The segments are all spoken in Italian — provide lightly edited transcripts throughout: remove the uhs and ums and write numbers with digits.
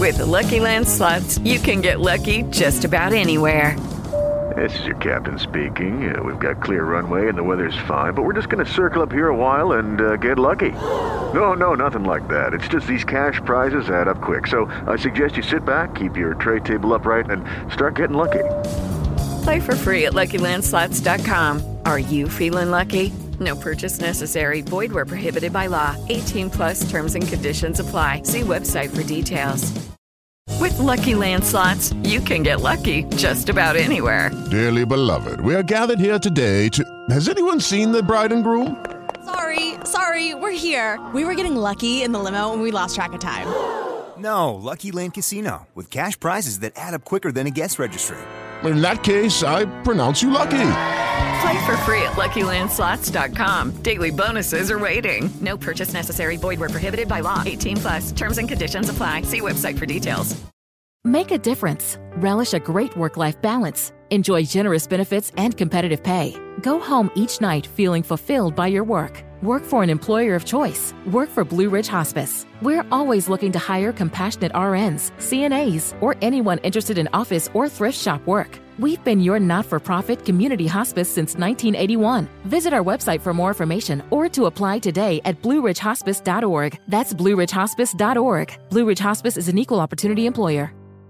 With the Lucky Land Slots, you can get lucky just about anywhere. This is your captain speaking. We've got clear runway and the weather's fine, but we're just going to circle up here a while and get lucky. No, nothing like that. It's just these cash prizes add up quick. So I suggest you sit back, keep your tray table upright, and start getting lucky. Play for free at LuckyLandSlots.com. Are you feeling lucky? No purchase necessary. Void where prohibited by law. 18 plus terms and conditions apply. See website for details. With Lucky Land Slots, you can get lucky just about anywhere. Dearly beloved, we are gathered here today to... Has anyone seen the bride and groom? Sorry, we're here. We were getting lucky in the limo and we lost track of time. No, Lucky Land Casino, with cash prizes that add up quicker than a guest registry. In that case, I pronounce you lucky. Play for free at LuckyLandSlots.com. Daily bonuses are waiting. No purchase necessary. Void where prohibited by law. 18 plus. Terms and conditions apply. See website for details. Make a difference. Relish a great work-life balance. Enjoy generous benefits and competitive pay. Go home each night feeling fulfilled by your work. Work for an employer of choice. Work for Blue Ridge Hospice. We're always looking to hire compassionate RNs, CNAs, or anyone interested in office or thrift shop work. We've been your not-for-profit community hospice since 1981. Visit our website for more information or to apply today at BlueRidgeHospice.org. That's BlueRidgeHospice.org. Blue Ridge Hospice is an equal opportunity employer.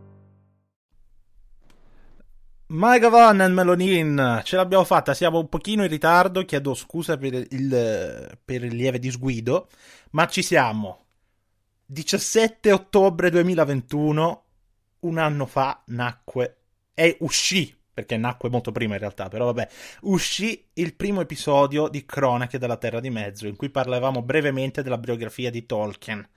My Gavon and Melonin, ce l'abbiamo fatta, siamo un pochino in ritardo, chiedo scusa per il lieve disguido, ma ci siamo. 17 ottobre 2021, un anno fa nacque, e uscì, perché nacque molto prima in realtà, però vabbè, uscì il primo episodio di Cronache della Terra di Mezzo, in cui parlavamo brevemente della biografia di Tolkien.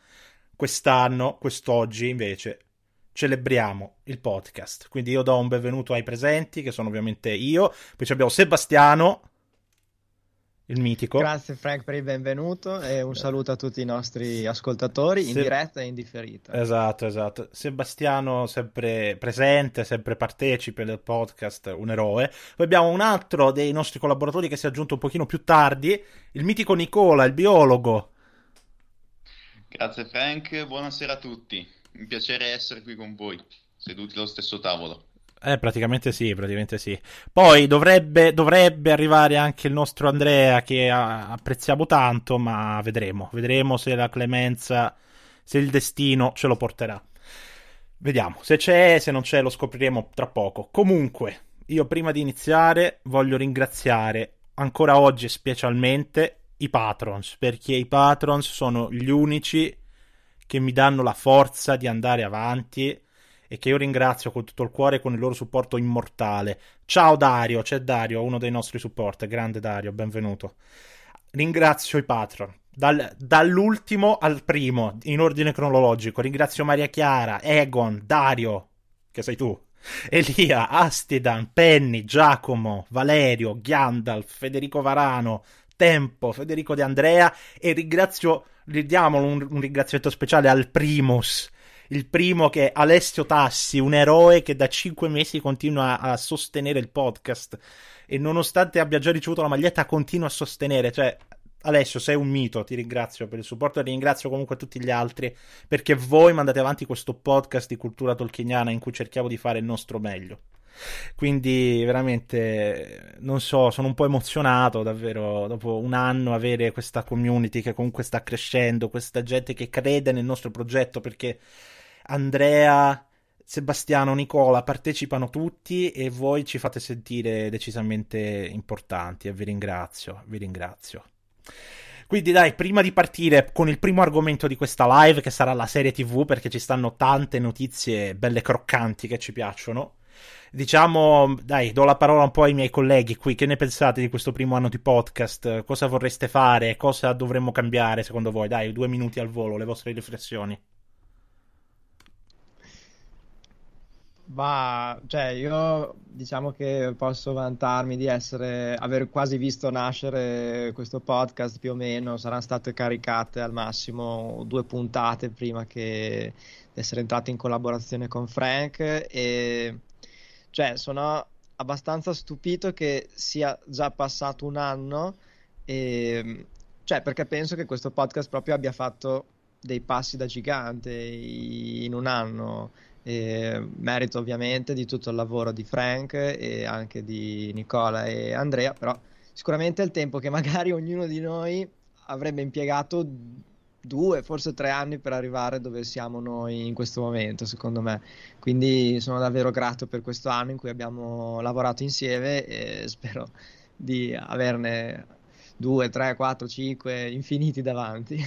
Quest'oggi invece celebriamo il podcast, quindi io do un benvenuto ai presenti, che sono ovviamente io, poi abbiamo Sebastiano, il mitico. Grazie Frank per il benvenuto e un saluto a tutti i nostri ascoltatori in diretta e in differita. Esatto. Sebastiano sempre presente, sempre partecipe del podcast, un eroe. Poi abbiamo un altro dei nostri collaboratori che si è aggiunto un pochino più tardi, il mitico Nicola, il biologo. Grazie Frank, buonasera a tutti. Un piacere essere qui con voi, seduti allo stesso tavolo. Praticamente sì. Poi dovrebbe arrivare anche il nostro Andrea, che apprezziamo tanto, ma vedremo se la clemenza, se il destino ce lo porterà. Vediamo, se c'è, se non c'è lo scopriremo tra poco. Comunque, io prima di iniziare voglio ringraziare ancora oggi specialmente i patrons, perché i patrons sono gli unici che mi danno la forza di andare avanti e che io ringrazio con tutto il cuore, con il loro supporto immortale. Ciao Dario, c'è Dario, uno dei nostri support, grande Dario, benvenuto. Ringrazio i patron, dall'ultimo al primo, in ordine cronologico. Ringrazio Maria Chiara, Egon, Dario, che sei tu, Elia, Astidan, Penny, Giacomo, Valerio, Gandalf, Federico Varano, Tempo, Federico De Andrea, e diamo un ringraziamento speciale al Primus, il primo, che è Alessio Tassi, un eroe che da 5 mesi continua a sostenere il podcast e nonostante abbia già ricevuto la maglietta continua a sostenere. Cioè, Alessio, sei un mito, ti ringrazio per il supporto e ringrazio comunque tutti gli altri, perché voi mandate avanti questo podcast di cultura tolkieniana in cui cerchiamo di fare il nostro meglio. Quindi veramente, non so, sono un po' emozionato davvero, dopo un anno avere questa community che comunque sta crescendo, questa gente che crede nel nostro progetto, perché Andrea, Sebastiano, Nicola partecipano tutti e voi ci fate sentire decisamente importanti e vi ringrazio. Quindi dai, prima di partire con il primo argomento di questa live, che sarà la serie TV, perché ci stanno tante notizie belle croccanti che ci piacciono, diciamo, dai, do la parola un po' ai miei colleghi qui. Che ne pensate di questo primo anno di podcast? Cosa vorreste fare? Cosa dovremmo cambiare secondo voi? Dai, 2 minuti al volo, le vostre riflessioni. Io diciamo che posso vantarmi di aver quasi visto nascere questo podcast, più o meno. Saranno state caricate al massimo 2 puntate prima di essere entrato in collaborazione con Frank, e sono abbastanza stupito che sia già passato un anno, perché penso che questo podcast proprio abbia fatto dei passi da gigante in un anno, merito ovviamente di tutto il lavoro di Frank e anche di Nicola e Andrea, però sicuramente è il tempo che magari ognuno di noi avrebbe impiegato 2, forse 3 anni per arrivare dove siamo noi in questo momento, secondo me. Quindi sono davvero grato per questo anno in cui abbiamo lavorato insieme e spero di averne 2, 3, 4, 5 infiniti davanti.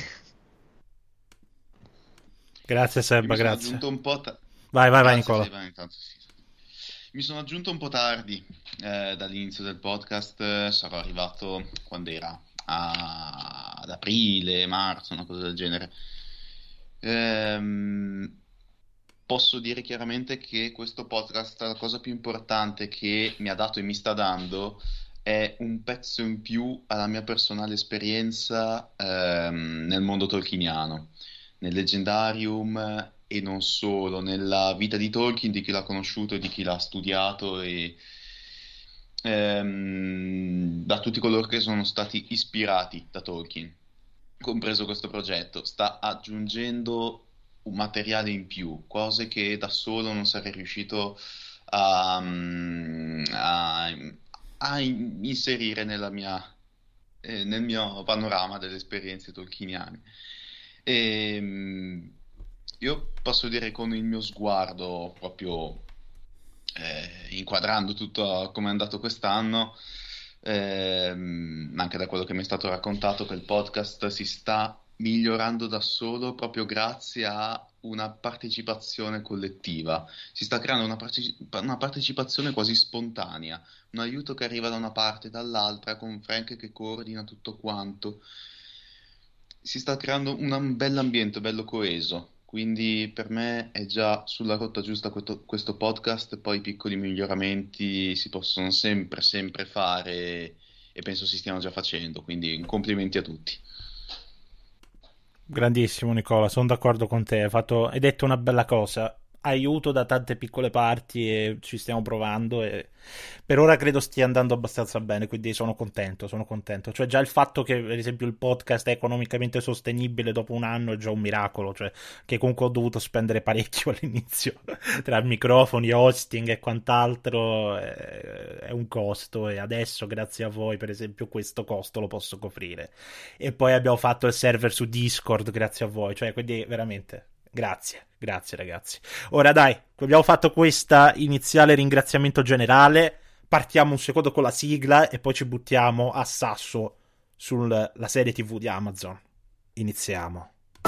Grazie Seba, Mi sono grazie. aggiunto un po' Vai Grazie, Nicola. Seba, intanto sì. Mi sono aggiunto un po' tardi dall'inizio del podcast, sarò arrivato quando era ad aprile, marzo, una cosa del genere. Posso dire chiaramente che questo podcast, la cosa più importante che mi ha dato e mi sta dando è un pezzo in più alla mia personale esperienza nel mondo tolkieniano, nel Legendarium e non solo, nella vita di Tolkien, di chi l'ha conosciuto e di chi l'ha studiato e da tutti coloro che sono stati ispirati da Tolkien, compreso questo progetto. Sta aggiungendo un materiale in più, cose che da solo non sarei riuscito a inserire nel mio panorama delle esperienze tolkieniane. Io posso dire con il mio sguardo, proprio inquadrando tutto come è andato quest'anno, anche da quello che mi è stato raccontato, che il podcast si sta migliorando da solo proprio grazie a una partecipazione collettiva. Si sta creando una partecipazione quasi spontanea, un aiuto che arriva da una parte e dall'altra, con Frank che coordina tutto quanto. Si sta creando un bell'ambiente, bello coeso. Quindi per me è già sulla rotta giusta questo podcast, poi i piccoli miglioramenti si possono sempre fare e penso si stiano già facendo, quindi complimenti a tutti. Grandissimo Nicola, sono d'accordo con te, hai detto una bella cosa, aiuto da tante piccole parti e ci stiamo provando e per ora credo stia andando abbastanza bene, quindi sono contento, cioè già il fatto che per esempio il podcast è economicamente sostenibile dopo un anno è già un miracolo, cioè che comunque ho dovuto spendere parecchio all'inizio tra microfoni, hosting e quant'altro, è un costo e adesso grazie a voi per esempio questo costo lo posso coprire e poi abbiamo fatto il server su Discord grazie a voi, cioè quindi veramente grazie ragazzi. Ora dai, abbiamo fatto questa iniziale ringraziamento generale, partiamo un secondo con la sigla e poi ci buttiamo a sasso sulla serie TV di Amazon. Iniziamo.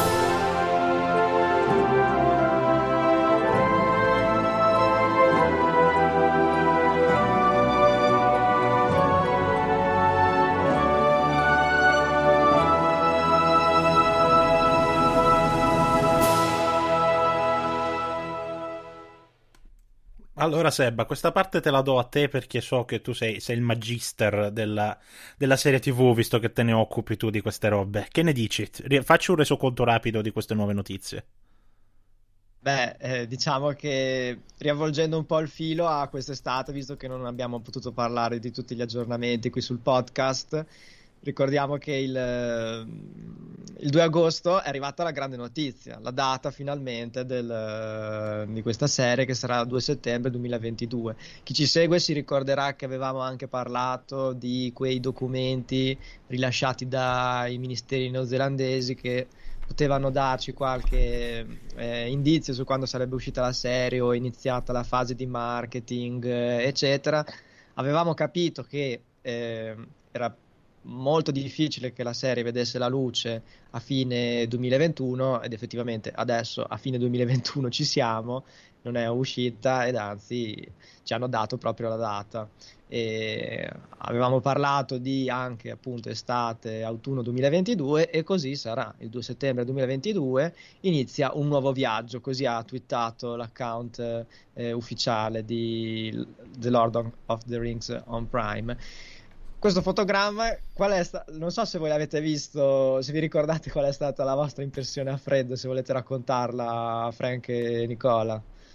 Allora Sebba, questa parte te la do a te perché so che tu sei il magister della serie TV, visto che te ne occupi tu di queste robe. Che ne dici? Facci un resoconto rapido di queste nuove notizie. Beh, diciamo che riavvolgendo un po' il filo a quest'estate, visto che non abbiamo potuto parlare di tutti gli aggiornamenti qui sul podcast, ricordiamo che il 2 agosto è arrivata la grande notizia, la data finalmente di questa serie che sarà il 2 settembre 2022. Chi ci segue si ricorderà che avevamo anche parlato di quei documenti rilasciati dai ministeri neozelandesi che potevano darci qualche indizio su quando sarebbe uscita la serie o iniziata la fase di marketing, eccetera. Avevamo capito che era molto difficile che la serie vedesse la luce a fine 2021 ed effettivamente adesso a fine 2021 ci siamo, non è uscita ed anzi ci hanno dato proprio la data e avevamo parlato di anche appunto estate autunno 2022 e così sarà. Il 2 settembre 2022 inizia un nuovo viaggio, così ha twittato l'account ufficiale di The Lord of the Rings on Prime. Questo fotogramma, non so se voi l'avete visto, se vi ricordate qual è stata la vostra impressione a freddo, se volete raccontarla, Frank e Nicola.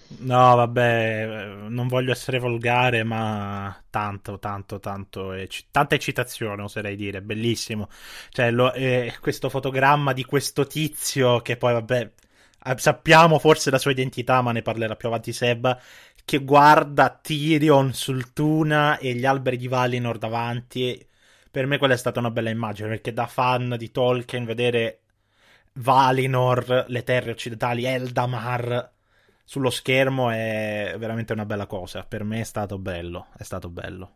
No, vabbè, non voglio essere volgare, ma tanto, tanto, tanto, tanta eccitazione, oserei dire, bellissimo. Cioè, questo fotogramma di questo tizio, che poi, vabbè, sappiamo forse la sua identità, ma ne parlerà più avanti Seb, che guarda Tyrion sul Tuna e gli alberi di Valinor davanti. Per me quella è stata una bella immagine, perché da fan di Tolkien vedere Valinor, le terre occidentali, Eldamar sullo schermo è veramente una bella cosa. Per me è stato bello, è stato bello.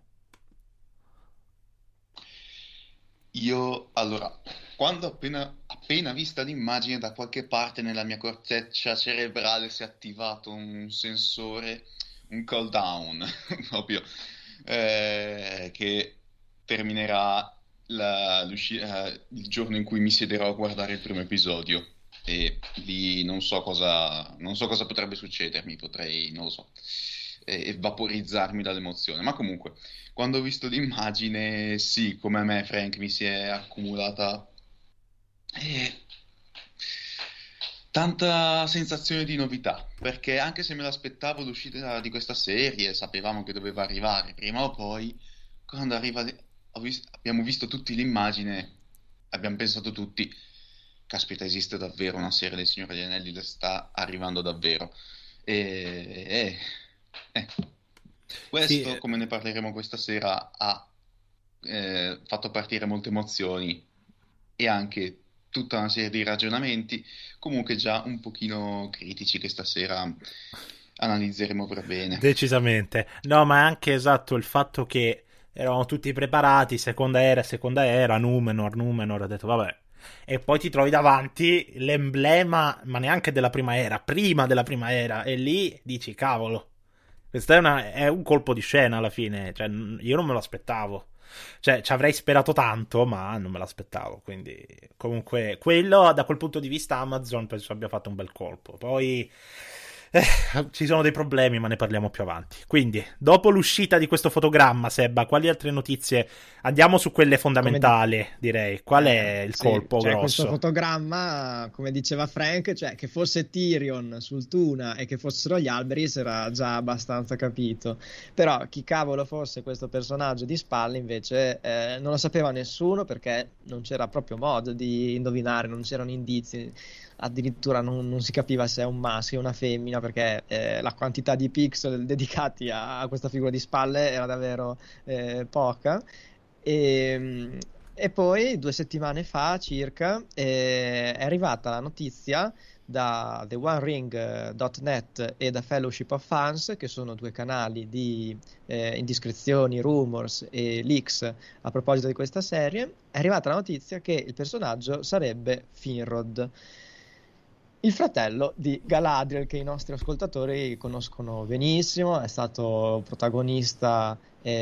Io, allora, quando appena vista l'immagine, da qualche parte nella mia corteccia cerebrale si è attivato un sensore, un cool down, proprio, che terminerà il giorno in cui mi siederò a guardare il primo episodio. E lì non so cosa potrebbe succedermi, potrei, non lo so, vaporizzarmi dall'emozione. Ma comunque, quando ho visto l'immagine, sì, come a me, Frank, mi si è accumulata eh, tanta sensazione di novità, perché anche se me l'aspettavo l'uscita di questa serie, sapevamo che doveva arrivare prima o poi, quando abbiamo visto tutti l'immagine, abbiamo pensato tutti, caspita, esiste davvero una serie del Signore degli Anelli, sta arrivando davvero. E, eh, Sì, questo, come ne parleremo questa sera, ha fatto partire molte emozioni e anche tutta una serie di ragionamenti, comunque già un pochino critici, che stasera analizzeremo per bene. decisamente. No, ma è anche esatto il fatto che eravamo tutti preparati, seconda era, Numenor, Numenor, ho detto vabbè. E poi ti trovi davanti l'emblema, ma neanche della prima era, prima della prima era, e lì dici cavolo. Questo è un colpo di scena alla fine, cioè io non me lo aspettavo. Cioè, ci avrei sperato tanto, ma non me l'aspettavo. Quindi, comunque, quello da quel punto di vista, Amazon penso abbia fatto un bel colpo. Poi ci sono dei problemi, ma ne parliamo più avanti. Quindi, dopo l'uscita di questo fotogramma, Sebba, quali altre notizie? Andiamo su quelle fondamentali, direi. Qual è il Sì, colpo cioè questo grosso? fotogramma, come diceva Frank, cioè che fosse Tyrion sul Tuna e che fossero gli alberi si era già abbastanza capito. Però chi cavolo fosse questo personaggio di spalle invece non lo sapeva nessuno, perché non c'era proprio modo di indovinare, non c'erano indizi, addirittura non si capiva se è un maschio o una femmina, perché la quantità di pixel dedicati a questa figura di spalle era davvero poca. E, e poi 2 settimane fa circa è arrivata la notizia da TheOneRing.net e da Fellowship of Fans, che sono 2 canali di indiscrezioni, rumors e leaks a proposito di questa serie. È arrivata la notizia che il personaggio sarebbe Finrod, il fratello di Galadriel, che i nostri ascoltatori conoscono benissimo. È stato protagonista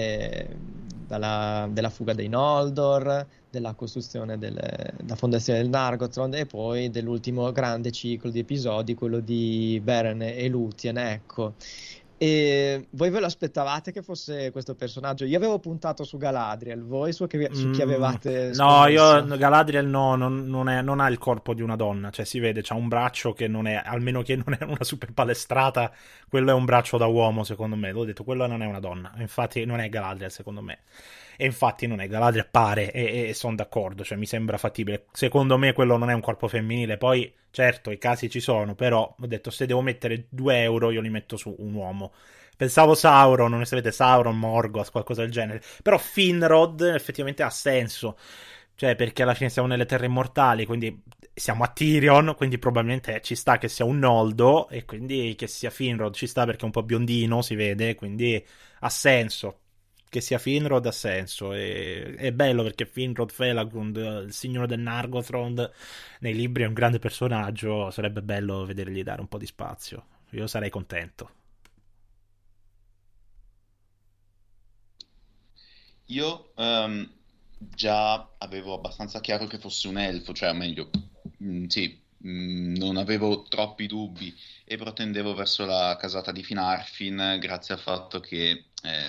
della fuga dei Noldor, della costruzione della fondazione del Nargothrond e poi dell'ultimo grande ciclo di episodi, quello di Beren e Lúthien, ecco. E voi ve lo aspettavate che fosse questo personaggio? Io avevo puntato su Galadriel, voi su chi avevate No, io scommesso? Galadriel no, non ha il corpo di una donna, cioè si vede, c'ha un braccio che non è, almeno che non è una super palestrata, quello è un braccio da uomo secondo me, l'ho detto, quello non è una donna, infatti non è Galadriel secondo me, e infatti non è Galadriel, pare, e sono d'accordo, cioè mi sembra fattibile, secondo me quello non è un corpo femminile, poi certo i casi ci sono, però ho detto se devo mettere 2 euro io li metto su un uomo. Pensavo Sauron, non sapete, Sauron, Morgoth, qualcosa del genere. Però Finrod effettivamente ha senso. Cioè, perché alla fine siamo nelle terre immortali, quindi siamo a Tyrion, quindi probabilmente ci sta che sia un Noldo, e quindi che sia Finrod ci sta perché è un po' biondino, si vede, quindi ha senso. Che sia Finrod ha senso. È bello perché Finrod Felagund, il signore del Nargothrond, nei libri è un grande personaggio, sarebbe bello vedergli dare un po' di spazio. Io sarei contento. Io già avevo abbastanza chiaro che fosse un elfo, cioè, o meglio, sì, non avevo troppi dubbi e protendevo verso la casata di Finarfin, grazie al fatto che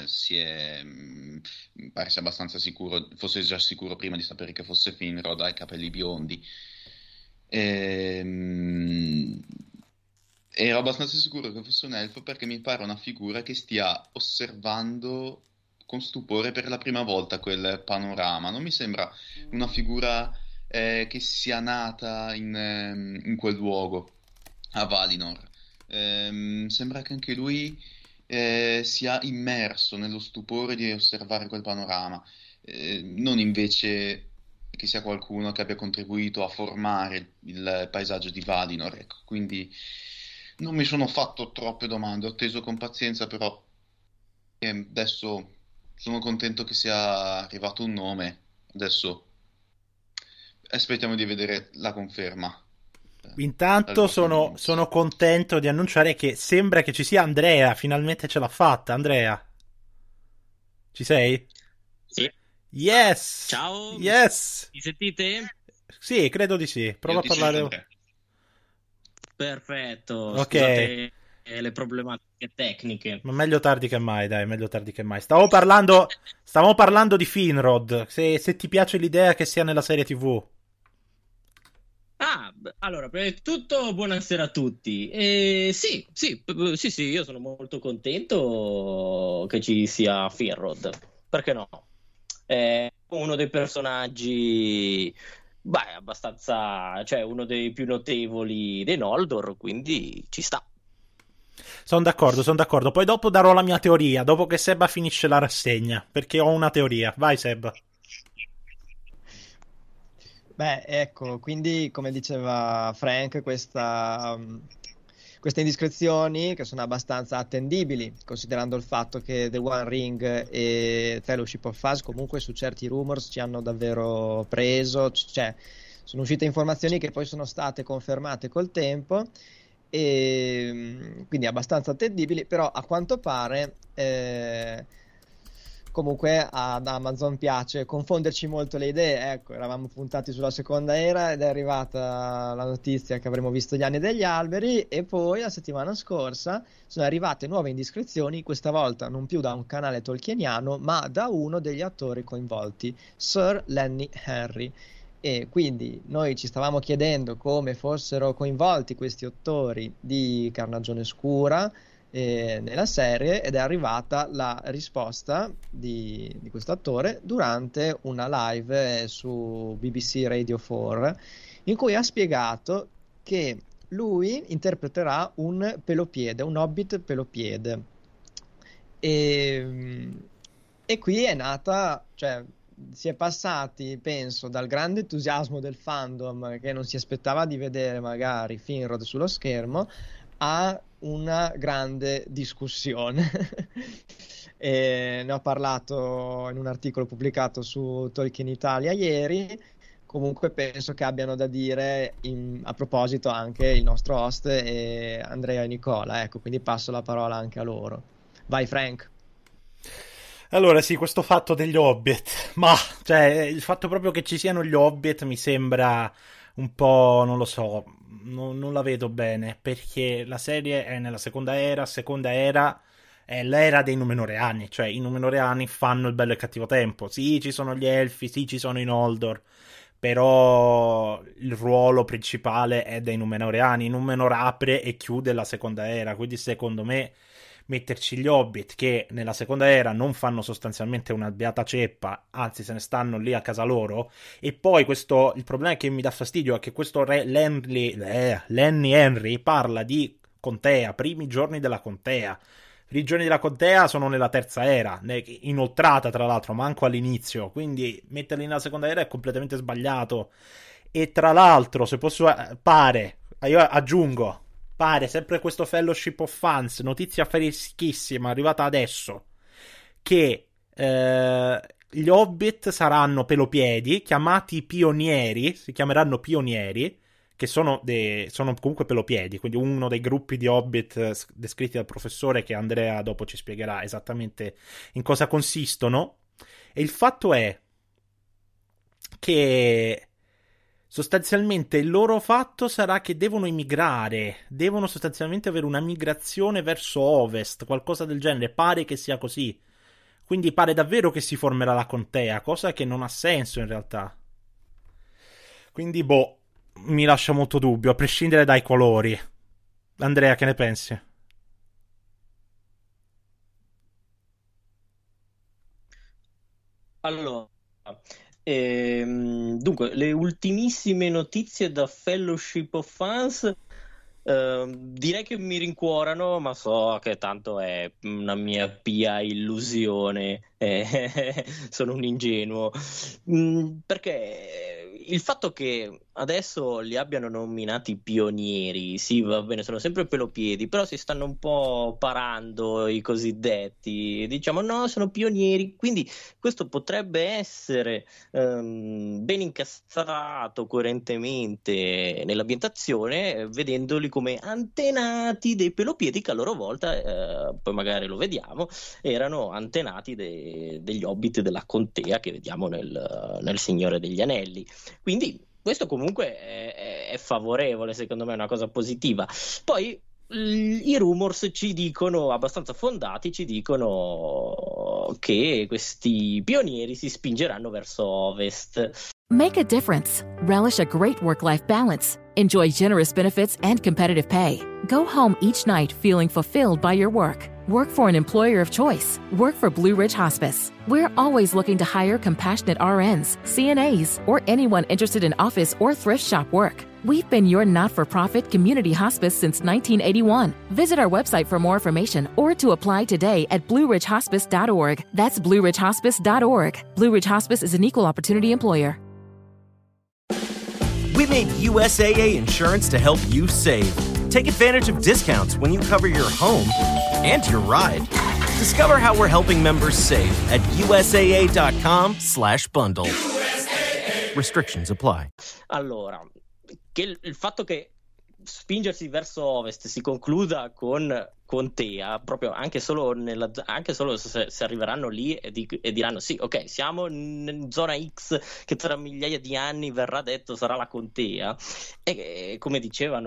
mi pare sia abbastanza sicuro, fosse già sicuro prima di sapere che fosse Finrod, ha i capelli biondi. Ehm, Ero abbastanza sicuro che fosse un elfo perché mi pare una figura che stia osservando con stupore per la prima volta quel panorama. Non mi sembra una figura che sia nata in quel luogo, a Valinor. Sembra che anche lui sia immerso nello stupore di osservare quel panorama, non invece che sia qualcuno che abbia contribuito a formare il paesaggio di Valinor, ecco. Quindi non mi sono fatto troppe domande, ho atteso con pazienza, però adesso sono contento che sia arrivato un nome. Adesso aspettiamo di vedere la conferma. Intanto sono contento di annunciare che sembra che ci sia Andrea, finalmente ce l'ha fatta. Andrea, ci sei? Sì. Yes! Ciao! Yes! Mi sentite? Sì, credo di sì. Prova a parlare. Perfetto. Ok. Scusate le problematiche tecniche. Ma meglio tardi che mai, dai, meglio tardi che mai. Stavamo parlando di Finrod, se ti piace l'idea che sia nella serie TV. Allora, prima di tutto, buonasera a tutti. Sì, io sono molto contento che ci sia Finrod. Perché no? È uno dei personaggi, abbastanza, cioè uno dei più notevoli dei Noldor, quindi ci sta. Sono d'accordo. Poi dopo darò la mia teoria, dopo che Seba finisce la rassegna, perché ho una teoria. Vai, Seba. Beh, ecco, quindi come diceva Frank, queste indiscrezioni che sono abbastanza attendibili, considerando il fatto che The One Ring e Fellowship of Fuzz comunque su certi rumors ci hanno davvero preso, cioè sono uscite informazioni che poi sono state confermate col tempo, e quindi abbastanza attendibili, però a quanto pare comunque ad Amazon piace confonderci molto le idee. Ecco, eravamo puntati sulla seconda era ed è arrivata la notizia che avremmo visto gli anni degli alberi, e poi la settimana scorsa sono arrivate nuove indiscrezioni, questa volta non più da un canale tolkieniano ma da uno degli attori coinvolti, Sir Lenny Henry. E quindi noi ci stavamo chiedendo come fossero coinvolti questi attori di Carnagione Scura nella serie, ed è arrivata la risposta di questo attore durante una live su BBC Radio 4, in cui ha spiegato che lui interpreterà un pelopiede, un hobbit pelopiede, e qui è nata, cioè si è passati, penso, dal grande entusiasmo del fandom che non si aspettava di vedere magari Finrod sullo schermo a una grande discussione. E ne ho parlato in un articolo pubblicato su Tolkien Italia ieri. Comunque penso che abbiano da dire a proposito anche il nostro host e Andrea e Nicola, ecco, quindi passo la parola anche a loro. Vai Frank. Allora sì, questo fatto degli Hobbit, ma cioè il fatto proprio che ci siano gli Hobbit mi sembra un po', non lo so, non la vedo bene, perché la serie è nella seconda era è l'era dei Numenoreani, cioè i Numenoreani fanno il bello e il cattivo tempo. Sì, ci sono gli Elfi, sì, ci sono i Noldor, però il ruolo principale è dei Numenoreani. Numenor apre e chiude la seconda era, quindi secondo me metterci gli Hobbit, che nella seconda era non fanno sostanzialmente una beata ceppa, anzi se ne stanno lì a casa loro, e poi il problema che mi dà fastidio è che questo Lenny Henry parla di contea, primi giorni della contea. I giorni della contea sono nella terza era, inoltrata tra l'altro, manco all'inizio, quindi metterli nella seconda era è completamente sbagliato. E tra l'altro, se posso, io aggiungo, pare sempre questo Fellowship of Fans, notizia freschissima, arrivata adesso, che gli Hobbit saranno pelopiedi, chiamati pionieri, si chiameranno pionieri, che sono comunque pelopiedi, quindi uno dei gruppi di Hobbit descritti dal professore, che Andrea dopo ci spiegherà esattamente in cosa consistono. E il fatto è che sostanzialmente il loro fatto sarà che devono emigrare, devono sostanzialmente avere una migrazione verso ovest, qualcosa del genere, pare che sia così. Quindi pare davvero che si formerà la contea, cosa che non ha senso in realtà. Quindi mi lascia molto dubbio, a prescindere dai colori. Andrea, che ne pensi? Allora, dunque, le ultimissime notizie da Fellowship of Fans direi che mi rincuorano, ma so che tanto è una mia pia illusione, sono un ingenuo. Perché il fatto che adesso li abbiano nominati pionieri, sì, va bene, sono sempre pelopiedi, però si stanno un po' parando i cosiddetti, diciamo no, sono pionieri, quindi questo potrebbe essere ben incastrato coerentemente nell'ambientazione, vedendoli come antenati dei pelopiedi che a loro volta, poi magari lo vediamo, erano antenati degli hobbit della contea che vediamo nel Signore degli Anelli. Quindi questo comunque è favorevole, secondo me è una cosa positiva. Poi i rumors ci dicono, abbastanza fondati, ci dicono che questi pionieri si spingeranno verso ovest. Make a difference. Relish a great work-life balance. Enjoy generous benefits and competitive pay. Go home each night feeling fulfilled by your work. Work for an employer of choice. Work for Blue Ridge Hospice. We're always looking to hire compassionate RNs, CNAs, or anyone interested in office or thrift shop work. We've been your not-for-profit community hospice since 1981. Visit our website for more information or to apply today at blueridgehospice.org. That's blueridgehospice.org. Blue Ridge Hospice is an equal opportunity employer. We made USAA insurance to help you save. Take advantage of discounts when you cover your home and your ride. Discover how we're helping members save at USAA.com/bundle. Restrictions apply. Allora, che il fatto che spingersi verso ovest si concluda con contea, proprio anche solo se arriveranno lì e diranno sì, ok, siamo in zona X che tra migliaia di anni verrà detto sarà la contea, e come diceva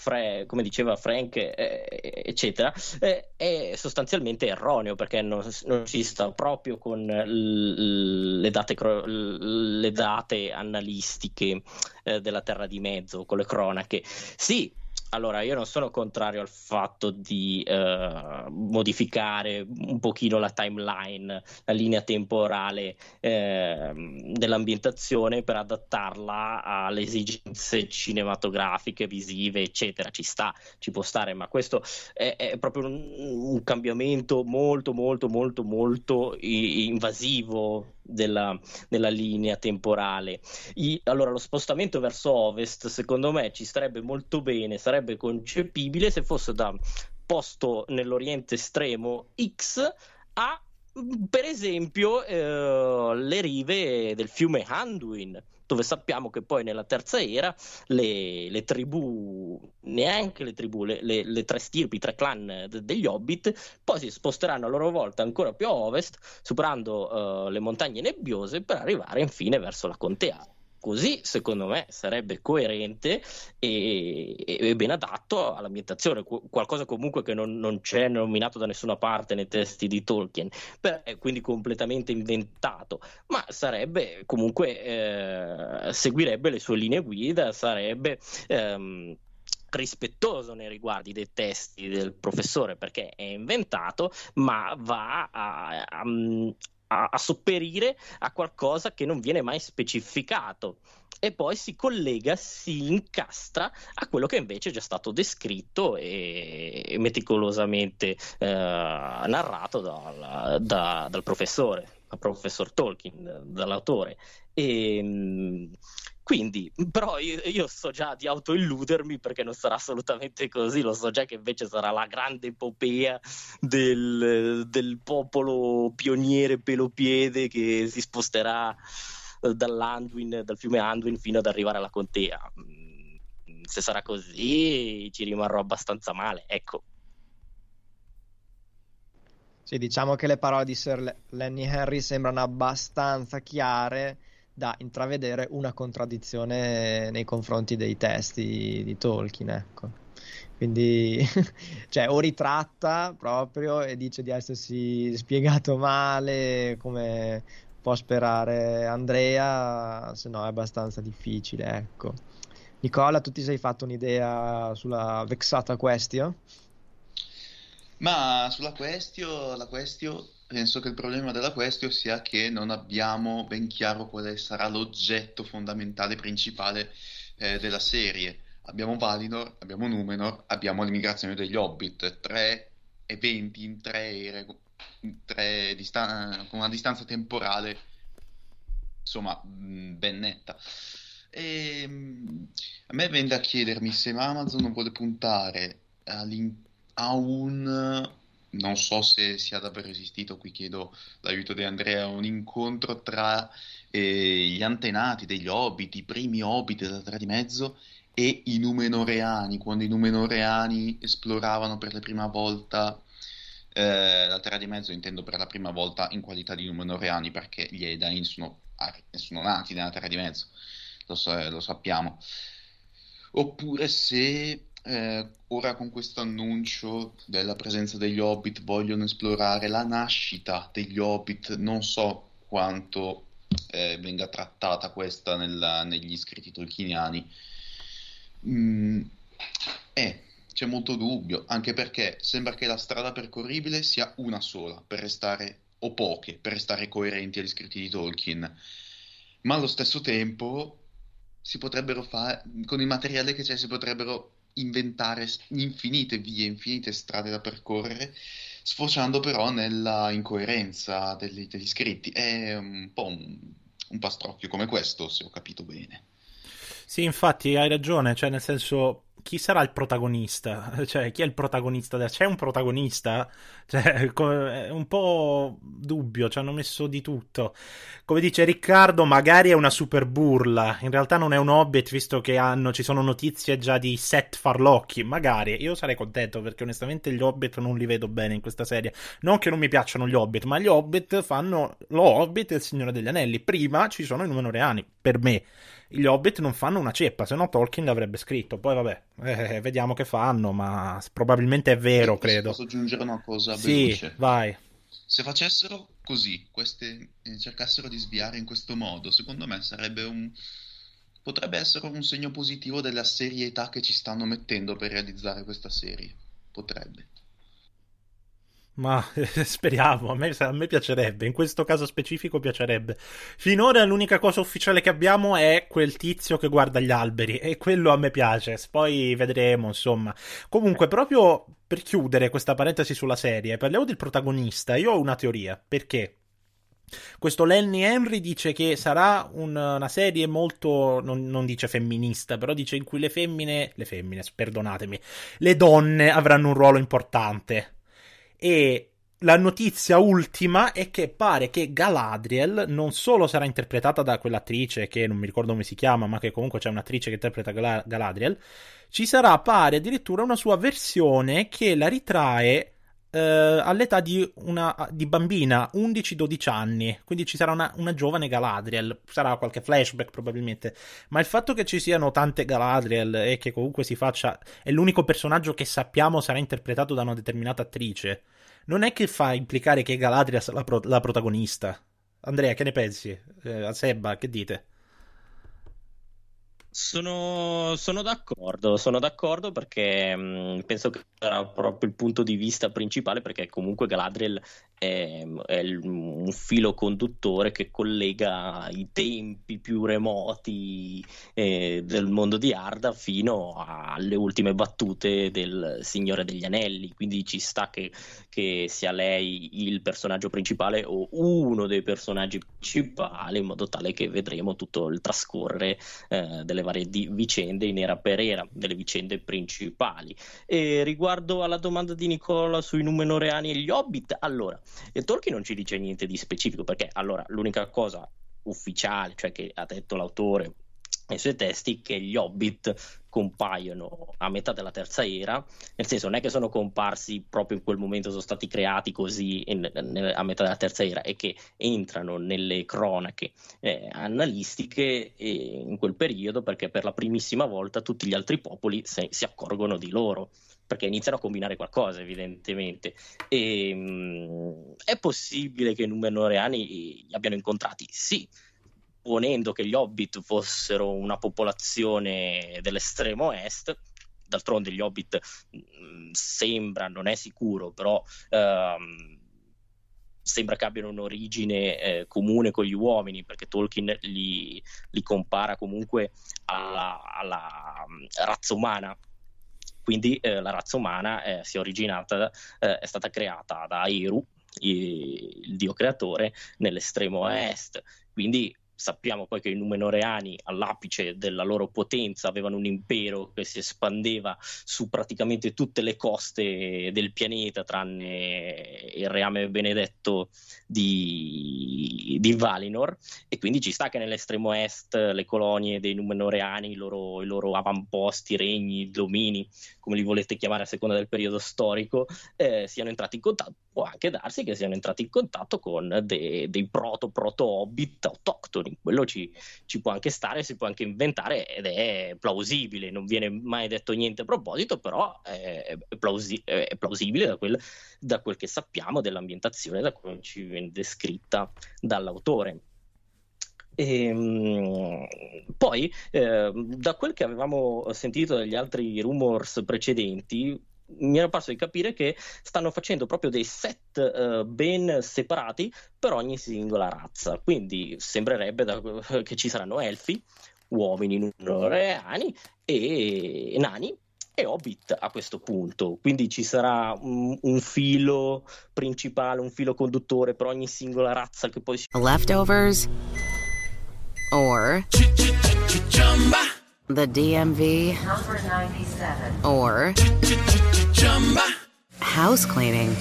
Frank, eccetera, è sostanzialmente erroneo, perché non ci sta proprio con le date annalistiche della Terra di Mezzo, con le cronache. Sì, allora io non sono contrario al fatto di modificare un pochino la timeline, la linea temporale dell'ambientazione per adattarla alle esigenze cinematografiche, visive, eccetera. Ci può stare, ma questo è proprio un cambiamento molto molto molto molto invasivo della linea temporale. Allora, lo spostamento verso ovest secondo me ci starebbe molto bene, sarebbe concepibile se fosse da posto nell'Oriente Estremo X a, per esempio, le rive del fiume Anduin, dove sappiamo che poi nella terza era le tribù, neanche le tribù, le tre stirpi, i tre clan degli Hobbit poi si sposteranno a loro volta ancora più a ovest, superando le montagne nebbiose per arrivare infine verso la contea. Così, secondo me, sarebbe coerente e ben adatto all'ambientazione, qualcosa comunque che non c'è nominato da nessuna parte nei testi di Tolkien, quindi completamente inventato, ma sarebbe comunque, seguirebbe le sue linee guida, sarebbe rispettoso nei riguardi dei testi del professore, perché è inventato, ma va a sopperire a qualcosa che non viene mai specificato, e poi si collega, si incastra a quello che invece è già stato descritto e meticolosamente narrato dal professore, dal professor Tolkien, dall'autore. Quindi, però io so già di autoilludermi, perché non sarà assolutamente così, lo so già che invece sarà la grande epopea del popolo pioniere pelopiede che si sposterà dal fiume Anduin fino ad arrivare alla contea. Se sarà così ci rimarrò abbastanza male, ecco. Sì, diciamo che le parole di Sir Lenny Henry sembrano abbastanza chiare da intravedere una contraddizione nei confronti dei testi di Tolkien, ecco. Quindi cioè, o ritratta proprio e dice di essersi spiegato male, come può sperare Andrea, se no è abbastanza difficile, ecco. Nicola, tu ti sei fatto un'idea sulla vexata question? Ma sulla la question, penso che il problema della question sia che non abbiamo ben chiaro quale sarà l'oggetto fondamentale principale della serie. Abbiamo Valinor, abbiamo Numenor, abbiamo l'immigrazione degli Hobbit, 3 eventi in 3 ere, con una distanza temporale, insomma, ben netta. E a me viene da chiedermi se Amazon non vuole puntare a un, non so se sia davvero esistito, qui chiedo l'aiuto di Andrea, un incontro tra gli antenati degli Hobbit, i primi Hobbit della Terra di Mezzo, e i Numenoreani, quando i Numenoreani esploravano per la prima volta la Terra di Mezzo, intendo per la prima volta in qualità di Numenoreani, perché gli Edain sono nati nella Terra di Mezzo, lo sappiamo. Oppure se ora con questo annuncio della presenza degli Hobbit vogliono esplorare la nascita degli Hobbit, non so quanto venga trattata questa negli scritti tolkieniani. C'è molto dubbio, anche perché sembra che la strada percorribile sia una sola, per restare, o poche, per restare coerenti agli scritti di Tolkien, ma allo stesso tempo si potrebbero fare, con il materiale che c'è, si potrebbero inventare infinite vie, infinite strade da percorrere, sfociando però nella incoerenza degli scritti. È un po' un pastrocchio come questo, se ho capito bene. Sì, infatti hai ragione, cioè nel senso, chi sarà il protagonista? Cioè, chi è il protagonista? C'è un protagonista? Cioè, è un po' dubbio, ci hanno messo di tutto. Come dice Riccardo, magari è una super burla, in realtà non è un Hobbit, visto che ci sono notizie già di Set Farlocchi, magari. Io sarei contento, perché onestamente gli Hobbit non li vedo bene in questa serie. Non che non mi piacciono gli Hobbit, ma gli Hobbit fanno lo Hobbit e il Signore degli Anelli. Prima ci sono i Numenoreani, per me. Gli Hobbit non fanno una ceppa, se no Tolkien l'avrebbe scritto. Poi vabbè, vediamo che fanno, ma probabilmente è vero, credo. Posso aggiungere una cosa veloce? Sì, vai. Se facessero così, cercassero di sviare in questo modo, secondo me potrebbe essere un segno positivo della serietà che ci stanno mettendo per realizzare questa serie. Potrebbe. Ma speriamo, a me piacerebbe, in questo caso specifico piacerebbe. Finora l'unica cosa ufficiale che abbiamo è quel tizio che guarda gli alberi, e quello a me piace, poi vedremo, insomma. Comunque, proprio per chiudere questa parentesi sulla serie, parliamo del protagonista. Io ho una teoria, perché questo Lenny Henry dice che sarà una serie molto, non dice femminista, però dice in cui le femmine, perdonatemi, le donne avranno un ruolo importante. E la notizia ultima è che pare che Galadriel non solo sarà interpretata da quell'attrice che non mi ricordo come si chiama, ma che comunque c'è un'attrice che interpreta Galadriel, ci sarà, pare, addirittura una sua versione che la ritrae all'età di bambina, 11-12 anni, quindi ci sarà una giovane Galadriel, sarà qualche flashback probabilmente, ma il fatto che ci siano tante Galadriel e che comunque è l'unico personaggio che sappiamo sarà interpretato da una determinata attrice, non è che fa implicare che Galadriel sarà la protagonista. Andrea, che ne pensi? A Sebba, che dite? Sono d'accordo perché penso che sarà proprio il punto di vista principale, perché comunque Galadriel è un filo conduttore che collega i tempi più remoti del mondo di Arda fino alle ultime battute del Signore degli Anelli, quindi ci sta che sia lei il personaggio principale o uno dei personaggi principali, in modo tale che vedremo tutto il trascorrere delle varie vicende in era per era, delle vicende principali. E riguardo alla domanda di Nicola sui Numenoreani e gli Hobbit, allora, Tolkien non ci dice niente di specifico, perché allora l'unica cosa ufficiale, cioè che ha detto l'autore nei suoi testi, che gli Hobbit compaiono a metà della terza era, nel senso non è che sono comparsi proprio in quel momento, sono stati creati così a metà della terza era, e che entrano nelle cronache annalistiche in quel periodo, perché per la primissima volta tutti gli altri popoli si accorgono di loro, perché iniziano a combinare qualcosa evidentemente. E è possibile che i Numenoreani li abbiano incontrati? Sì, supponendo che gli Hobbit fossero una popolazione dell'estremo est. D'altronde gli Hobbit sembra, non è sicuro, però sembra che abbiano un'origine comune con gli uomini, perché Tolkien li compara comunque alla razza umana. Quindi la razza umana è stata creata da Eru, il dio creatore, nell'estremo est. Quindi sappiamo poi che i Numenoreani, all'apice della loro potenza, avevano un impero che si espandeva su praticamente tutte le coste del pianeta, tranne il reame benedetto di Valinor, e quindi ci sta che nell'estremo est le colonie dei Numenoreani, i loro avamposti, regni, domini, come li volete chiamare a seconda del periodo storico, siano entrati in contatto. Può anche darsi che siano entrati in contatto con dei proto-hobbit autoctoni. Quello ci può anche stare, si può anche inventare, ed è plausibile. Non viene mai detto niente a proposito, però è plausibile da quel che sappiamo dell'ambientazione, da come ci viene descritta dall'autore. Poi da quel che avevamo sentito dagli altri rumors precedenti, mi era parso di capire che stanno facendo proprio dei set ben separati per ogni singola razza, quindi sembrerebbe che ci saranno elfi, uomini numeroreani e nani e hobbit a questo punto. Quindi ci sarà un filo principale, un filo conduttore per ogni singola razza che poi Leftovers or the DMV or house cleaning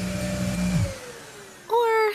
or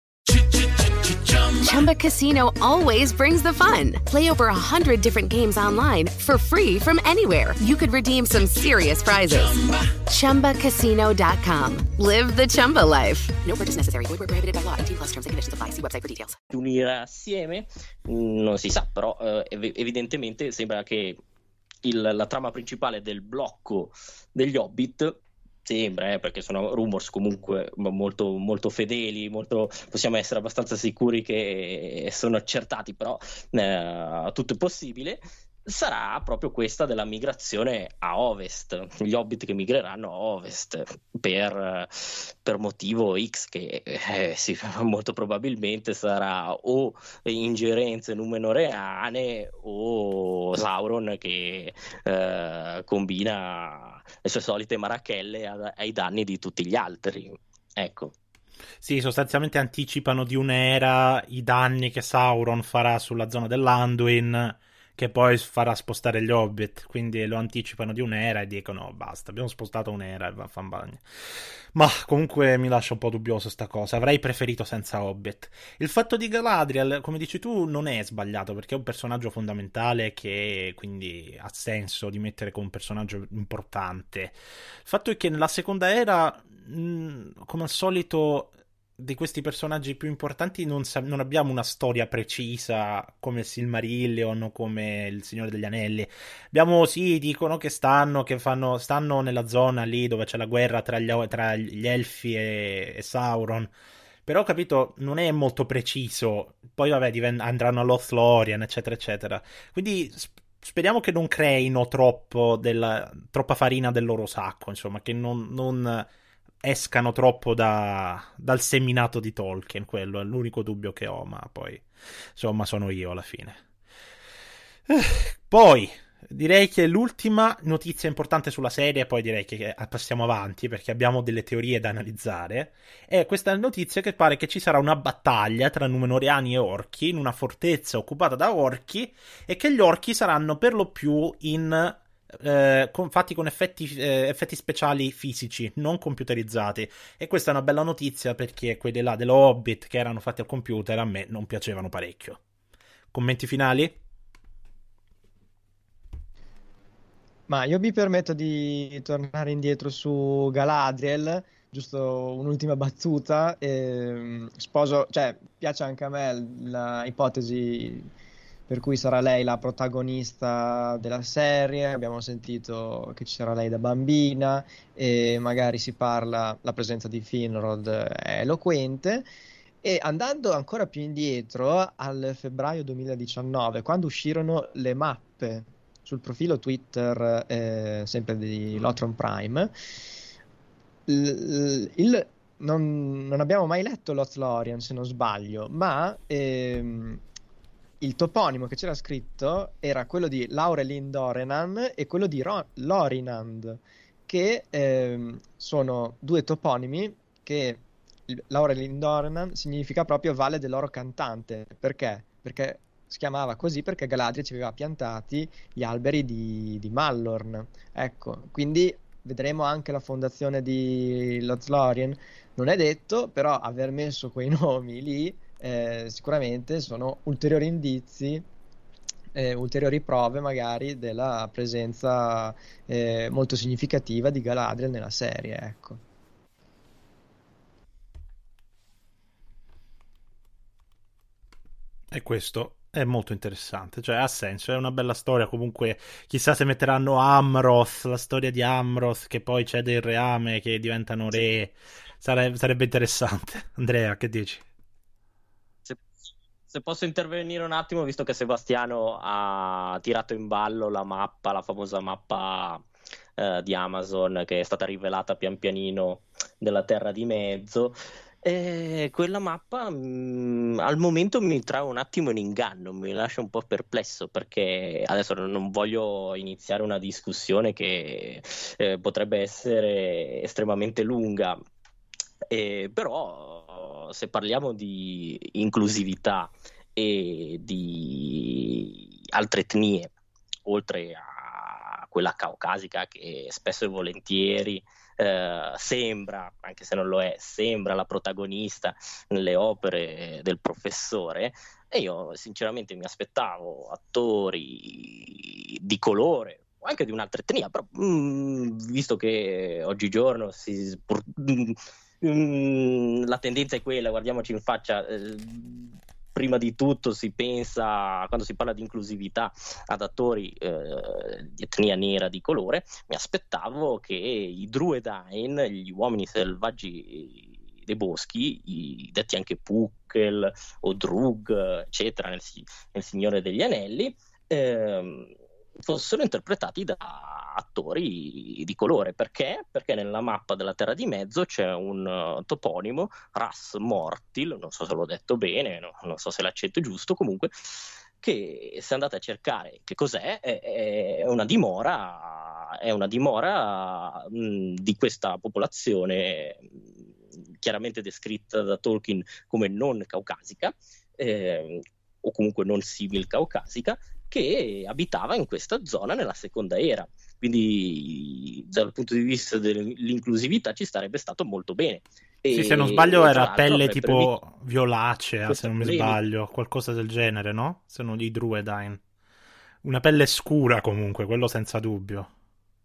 Chumba Casino always brings the fun. Play over 100 different games online for free from anywhere. You could redeem some serious prizes. ChumbaCasino.com. Live the Chumba life. No purchase necessary. Void where prohibited by law. 18+ terms and conditions apply. See website for details. Unire assieme non si sa, però evidentemente sembra che la trama principale del blocco degli Hobbit sembra, perché sono rumors comunque molto, molto fedeli, possiamo essere abbastanza sicuri che sono accertati, però tutto è possibile. Sarà proprio questa della migrazione a ovest, gli Hobbit che migreranno a ovest per motivo X, che sì, molto probabilmente sarà o ingerenze numenoreane o Sauron che combina le sue solite marachelle ai danni di tutti gli altri, ecco. Sì, sostanzialmente anticipano di un'era i danni che Sauron farà sulla zona dell'Anduin, che poi farà spostare gli Hobbit, quindi lo anticipano di un'era e dicono basta, abbiamo spostato un'era e vaffanbagna. Ma comunque mi lascia un po' dubbioso sta cosa, avrei preferito senza Hobbit. Il fatto di Galadriel, come dici tu, non è sbagliato, perché è un personaggio fondamentale che quindi ha senso di mettere come un personaggio importante. Il fatto è che nella seconda era, come al solito, di questi personaggi più importanti non abbiamo una storia precisa come il Silmarillion o come il Signore degli Anelli. Dicono che stanno nella zona lì dove c'è la guerra tra gli elfi e Sauron, però capito, non è molto preciso. Poi vabbè, andranno a Lothlorien, eccetera eccetera, quindi speriamo che non creino troppa farina del loro sacco, insomma, che non escano troppo dal seminato di Tolkien. Quello è l'unico dubbio che ho, ma poi insomma sono io alla fine. Poi direi che l'ultima notizia importante sulla serie, poi direi che passiamo avanti perché abbiamo delle teorie da analizzare, è questa notizia che pare che ci sarà una battaglia tra Numenoreani e Orchi in una fortezza occupata da Orchi, e che gli Orchi saranno per lo più fatti con effetti speciali fisici, non computerizzati, e questa è una bella notizia perché quelli là dello Hobbit che erano fatti al computer a me non piacevano parecchio. Commenti finali? Ma io mi permetto di tornare indietro su Galadriel, giusto un'ultima battuta. Piace anche a me l'ipotesi per cui sarà lei la protagonista della serie. Abbiamo sentito che ci sarà lei da bambina e magari la presenza di Finrod è eloquente. E andando ancora più indietro, al febbraio 2019, quando uscirono le mappe sul profilo Twitter, sempre di Lotron Prime, non abbiamo mai letto Lothlorien, se non sbaglio, ma il toponimo che c'era scritto era quello di Laurelin Dorenan e quello di Lorinand, che sono due toponimi che Laurelin Dorenan significa proprio Valle dell'Oro Cantante. Perché? Perché si chiamava così perché Galadriel ci aveva piantati gli alberi di Mallorn. Ecco, quindi vedremo anche la fondazione di Lothlorien. Non è detto, però aver messo quei nomi lì sicuramente sono ulteriori indizi, ulteriori prove magari della presenza molto significativa di Galadriel nella serie, ecco. E questo è molto interessante, cioè ha senso, è una bella storia. Comunque chissà se metteranno Amroth, la storia di Amroth, che poi c'è del reame, che diventano re. Sarebbe interessante. Andrea, che dici? Se posso intervenire un attimo, visto che Sebastiano ha tirato in ballo la mappa, la famosa mappa di Amazon, che è stata rivelata pian pianino della Terra di Mezzo. Quella mappa al momento mi trae un attimo in inganno, mi lascia un po' perplesso, perché adesso non voglio iniziare una discussione che potrebbe essere estremamente lunga, però se parliamo di inclusività e di altre etnie, oltre a quella caucasica che spesso e volentieri sembra, anche se non lo è, sembra la protagonista nelle opere del professore, e io sinceramente mi aspettavo attori di colore o anche di un'altra etnia, però visto che oggigiorno la tendenza è quella, guardiamoci in faccia, prima di tutto si pensa, quando si parla di inclusività, ad attori di etnia nera di colore. Mi aspettavo che i Druedain, gli uomini selvaggi dei boschi, detti anche Pukkel o Drug, eccetera, nel Signore degli Anelli, fossero interpretati da attori di colore. Perché? Perché nella mappa della Terra di Mezzo c'è un toponimo, Ras Mortil, non so se l'ho detto bene, non so se l'accento è giusto, comunque, che se andate a cercare che cos'è, è una dimora, di questa popolazione chiaramente descritta da Tolkien come non caucasica, o comunque non simil caucasica, che abitava in questa zona nella seconda era. Quindi dal punto di vista dell'inclusività ci sarebbe stato molto bene. Sì, se non sbaglio era pelle tipo violacea, se non mi sbaglio, qualcosa del genere, no? Se non i Druedain. Una pelle scura comunque, quello senza dubbio.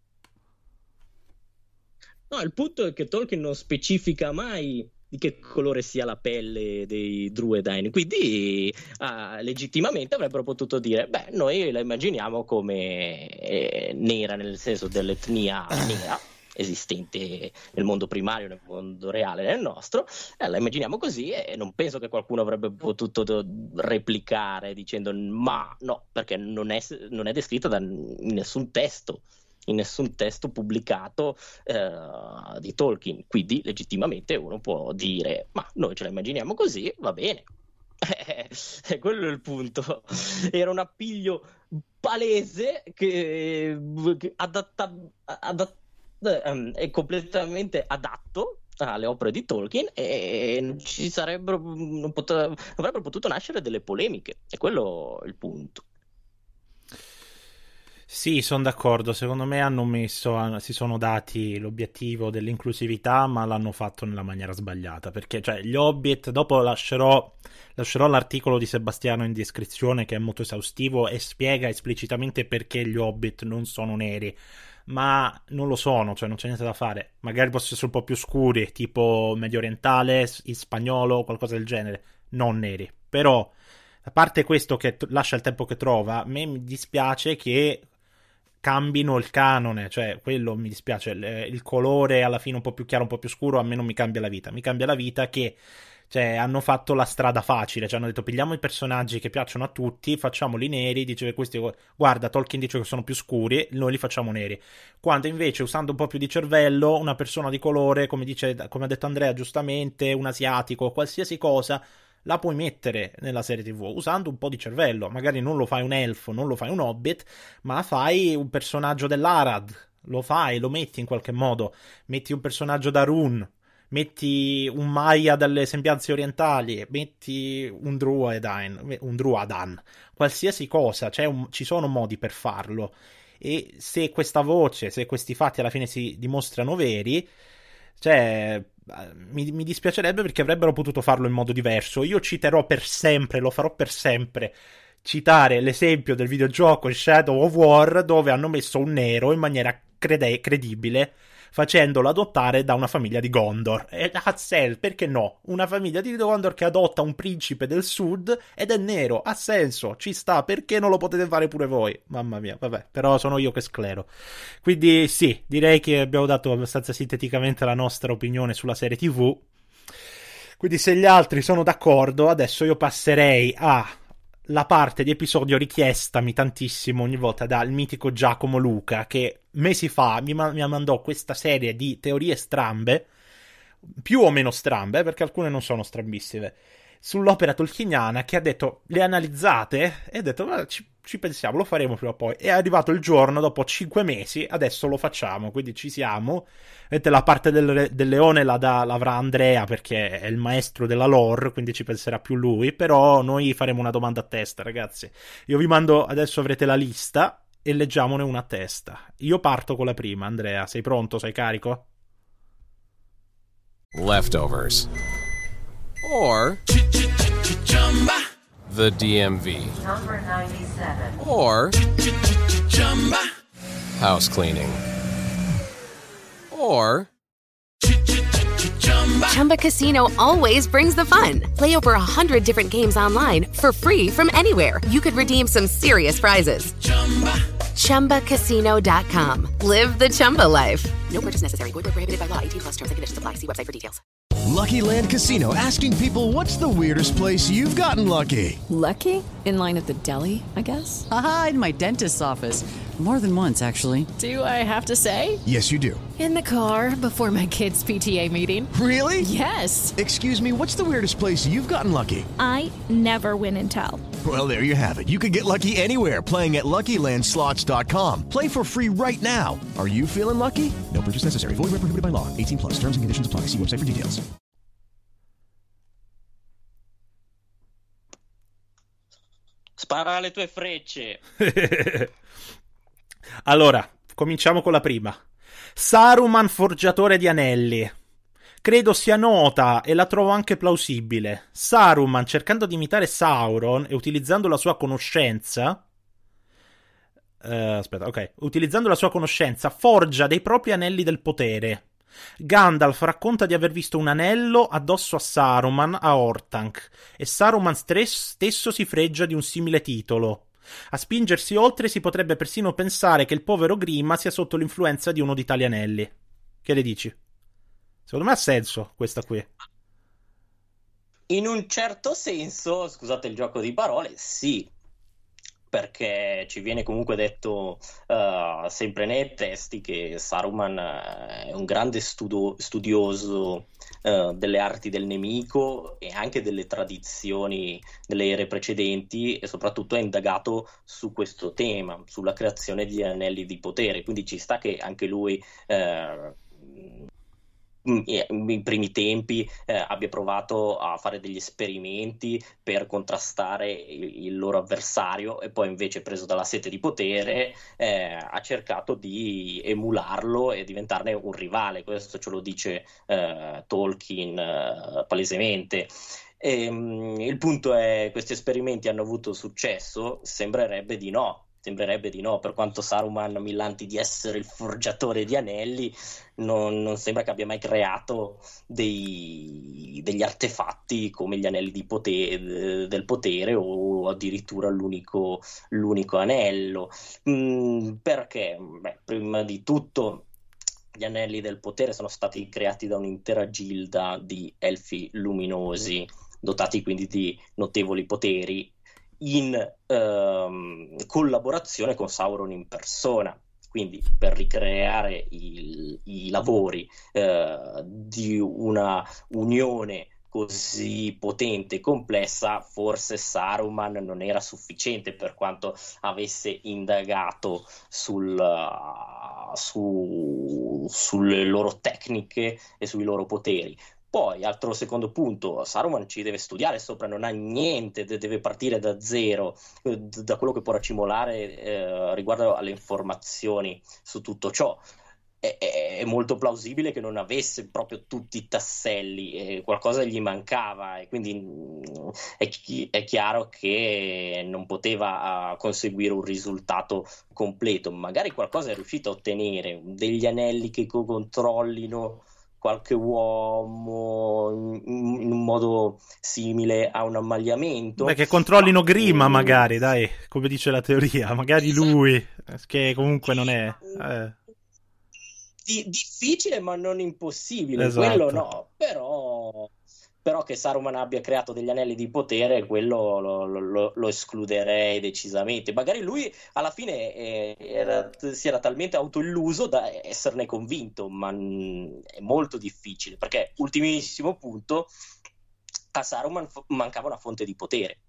No, il punto è che Tolkien non specifica mai di che colore sia la pelle dei Druedain, quindi legittimamente avrebbero potuto dire, beh, noi la immaginiamo come nera, nel senso dell'etnia nera esistente nel mondo primario, nel mondo reale, nel nostro, la immaginiamo così, e non penso che qualcuno avrebbe potuto replicare dicendo ma no, perché non è descritta in nessun testo pubblicato di Tolkien. Quindi legittimamente uno può dire ma noi ce la immaginiamo così, va bene. Quello è il punto. Era un appiglio palese che è completamente adatto alle opere di Tolkien, e ci avrebbero potuto nascere delle polemiche, e quello è il punto. Sì, sono d'accordo. Secondo me si sono dati l'obiettivo dell'inclusività, ma l'hanno fatto nella maniera sbagliata. Perché, cioè, gli Hobbit, dopo lascerò l'articolo di Sebastiano in descrizione, che è molto esaustivo e spiega esplicitamente perché gli Hobbit non sono neri. Ma non lo sono, cioè non c'è niente da fare. Magari possono essere un po' più scuri, tipo medio orientale, in spagnolo, qualcosa del genere. Non neri. Però, a parte questo che lascia il tempo che trova, a me mi dispiace che cambino il canone, cioè quello mi dispiace, il colore alla fine un po' più chiaro, un po' più scuro, a me non mi cambia la vita. Mi cambia la vita che Cioè, hanno fatto la strada facile, cioè hanno detto pigliamo i personaggi che piacciono a tutti, facciamoli neri, dice che questi, guarda, Tolkien dice che sono più scuri, noi li facciamo neri. Quando invece, usando un po' più di cervello, una persona di colore, come ha detto Andrea giustamente, un asiatico, qualsiasi cosa, la puoi mettere nella serie TV, usando un po' di cervello. Magari non lo fai un elfo, non lo fai un hobbit, ma fai un personaggio dell'Arad, lo metti in qualche modo, metti un personaggio da Rune, metti un Maya dalle sembianze orientali, metti un Druadan, qualsiasi cosa, ci sono modi per farlo. E se questa voce, se questi fatti alla fine si dimostrano veri, cioè mi dispiacerebbe perché avrebbero potuto farlo in modo diverso. Io citerò per sempre, lo farò per sempre, citare l'esempio del videogioco Shadow of War, dove hanno messo un nero in maniera credibile, facendolo adottare da una famiglia di Gondor. E perché no? Una famiglia di Gondor che adotta un principe del sud ed è nero, ha senso, ci sta, perché non lo potete fare pure voi? Mamma mia, vabbè, però sono io che sclero. Quindi sì, direi che abbiamo dato abbastanza sinteticamente la nostra opinione sulla serie TV. Quindi se gli altri sono d'accordo, adesso io passerei la parte di episodio richiestami tantissimo ogni volta dal mitico Giacomo Luca, che mesi fa mi mandò questa serie di teorie strambe, più o meno strambe, perché alcune non sono strambissime, sull'opera tolkieniana, che ha detto, le analizzate? E ha detto, ci pensiamo, lo faremo prima o poi. E è arrivato il giorno, dopo 5 mesi, adesso lo facciamo, quindi ci siamo. Vedete, la parte del leone l'avrà Andrea, perché è il maestro della lore, quindi ci penserà più lui, però noi faremo una domanda a testa, ragazzi. Io vi mando, adesso avrete la lista, e leggiamone una a testa. Io parto con la prima, Andrea, sei pronto? Sei carico? Leftovers. Or the DMV. Number 97. Or house cleaning. Or Chumba Casino always brings the fun. Play over 100 different games online for free from anywhere. You could redeem some serious prizes. ChumbaCasino.com. Live the Chumba life. No purchase necessary. Void where prohibited by law. 18+ terms and conditions apply. See website for details. Lucky Land Casino, asking people, what's the weirdest place you've gotten lucky? Lucky? In line at the deli, I guess? Aha, in my dentist's office. More than once, actually. Do I have to say? Yes, you do. In the car before my kids' PTA meeting. Really? Yes. Excuse me, what's the weirdest place you've gotten lucky? I never win and tell. Well, there you have it. You can get lucky anywhere, playing at LuckyLandSlots.com. Play for free right now. Are you feeling lucky? No purchase necessary. Void where prohibited by law. 18+. Terms and conditions apply. See website for details. Spara le tue frecce. Allora, cominciamo con la prima. Saruman forgiatore di anelli. Credo sia nota e la trovo anche plausibile. Saruman, cercando di imitare Sauron e utilizzando la sua conoscenza... utilizzando la sua conoscenza, forgia dei propri anelli del potere. Gandalf racconta di aver visto un anello addosso a Saruman a Orthanc, e Saruman stesso si fregia di un simile titolo. A spingersi oltre si potrebbe persino pensare che il povero Grima sia sotto l'influenza di uno di tali anelli. Che le dici? Secondo me ha senso questa qui. In un certo senso, scusate il gioco di parole, sì. Perché ci viene comunque detto sempre nei testi che Saruman è un grande studioso delle arti del nemico e anche delle tradizioni delle ere precedenti, e soprattutto è indagato su questo tema, sulla creazione di anelli di potere. Quindi ci sta che anche lui in primi tempi abbia provato a fare degli esperimenti per contrastare il loro avversario, e poi invece, preso dalla sete di potere, ha cercato di emularlo e diventarne un rivale. Questo ce lo dice Tolkien palesemente. Il punto è: questi esperimenti hanno avuto successo? Sembrerebbe di no. Per quanto Saruman millanti di essere il forgiatore di anelli, non sembra che abbia mai creato degli artefatti come gli anelli del potere, o addirittura l'unico anello. Perché? Beh, prima di tutto Gli anelli del potere sono stati creati da un'intera gilda di elfi luminosi, dotati quindi di notevoli poteri, in collaborazione con Sauron in persona. Quindi per ricreare i lavori di una unione così potente e complessa, forse Saruman non era sufficiente, per quanto avesse indagato sulle loro tecniche e sui loro poteri. Poi, altro secondo punto, Saruman ci deve studiare sopra, non ha niente, deve partire da zero, da quello che può racimolare riguardo alle informazioni su tutto ciò. È molto plausibile che non avesse proprio tutti i tasselli, qualcosa gli mancava, e quindi è chiaro che non poteva conseguire un risultato completo. Magari qualcosa è riuscito a ottenere, degli anelli che controllino qualche uomo in un modo simile a un ammagliamento. Beh, che controllino Grima, magari, dai, come dice la teoria, magari lui, che comunque non è... difficile ma non impossibile, esatto. Quello no, però che Saruman abbia creato degli anelli di potere, quello lo escluderei decisamente. Magari lui alla fine si era talmente autoilluso da esserne convinto, ma è molto difficile, perché, ultimissimo punto, a Saruman mancava una fonte di potere.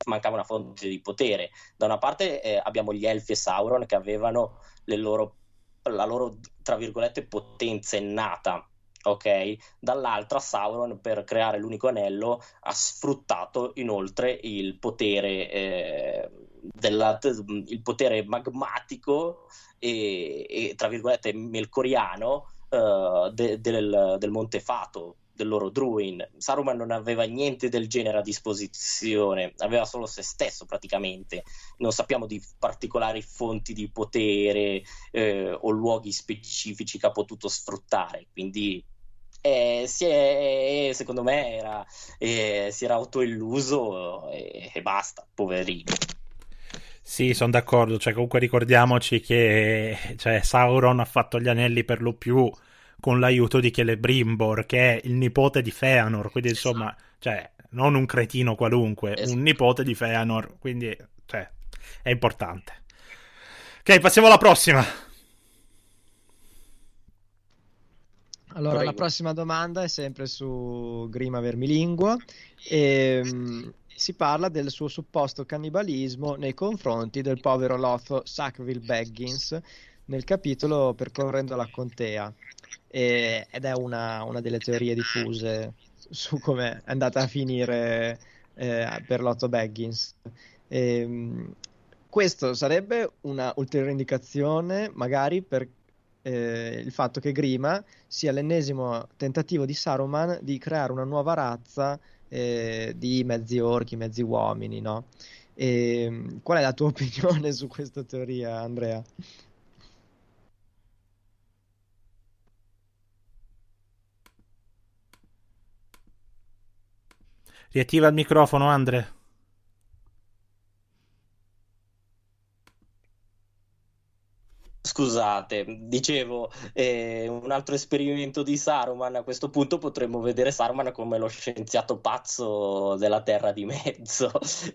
Da una parte abbiamo gli Elfi e Sauron, che avevano la loro, tra virgolette, potenza innata, ok? Dall'altra, Sauron, per creare l'unico anello, ha sfruttato inoltre il potere il potere magmatico e tra virgolette melkoriano del Monte Fato, del loro Druin. Saruman non aveva niente del genere a disposizione, aveva solo se stesso praticamente. Non sappiamo di particolari fonti di potere o luoghi specifici che ha potuto sfruttare, quindi secondo me si era autoilluso e basta, poverino. Sì, sono d'accordo, cioè comunque ricordiamoci che Sauron ha fatto gli anelli per lo più con l'aiuto di Celebrimbor, che è il nipote di Feanor, quindi insomma, non un cretino qualunque, un nipote di Feanor, quindi è importante. Ok, passiamo alla prossima. Allora, la prossima domanda è sempre su Grima Vermilinguo e si parla del suo supposto cannibalismo nei confronti del povero Lotho Sackville Baggins nel capitolo Percorrendo la Contea, ed è una delle teorie diffuse su come è andata a finire per Lotho Baggins. Questo sarebbe una ulteriore indicazione magari per il fatto che Grima sia l'ennesimo tentativo di Saruman di creare una nuova razza di mezzi orchi, mezzi uomini, no? Qual è la tua opinione su questa teoria, Andrea? Riattiva il microfono, Andre. Scusate, dicevo, un altro esperimento di Saruman. A questo punto potremmo vedere Saruman come lo scienziato pazzo della Terra di Mezzo.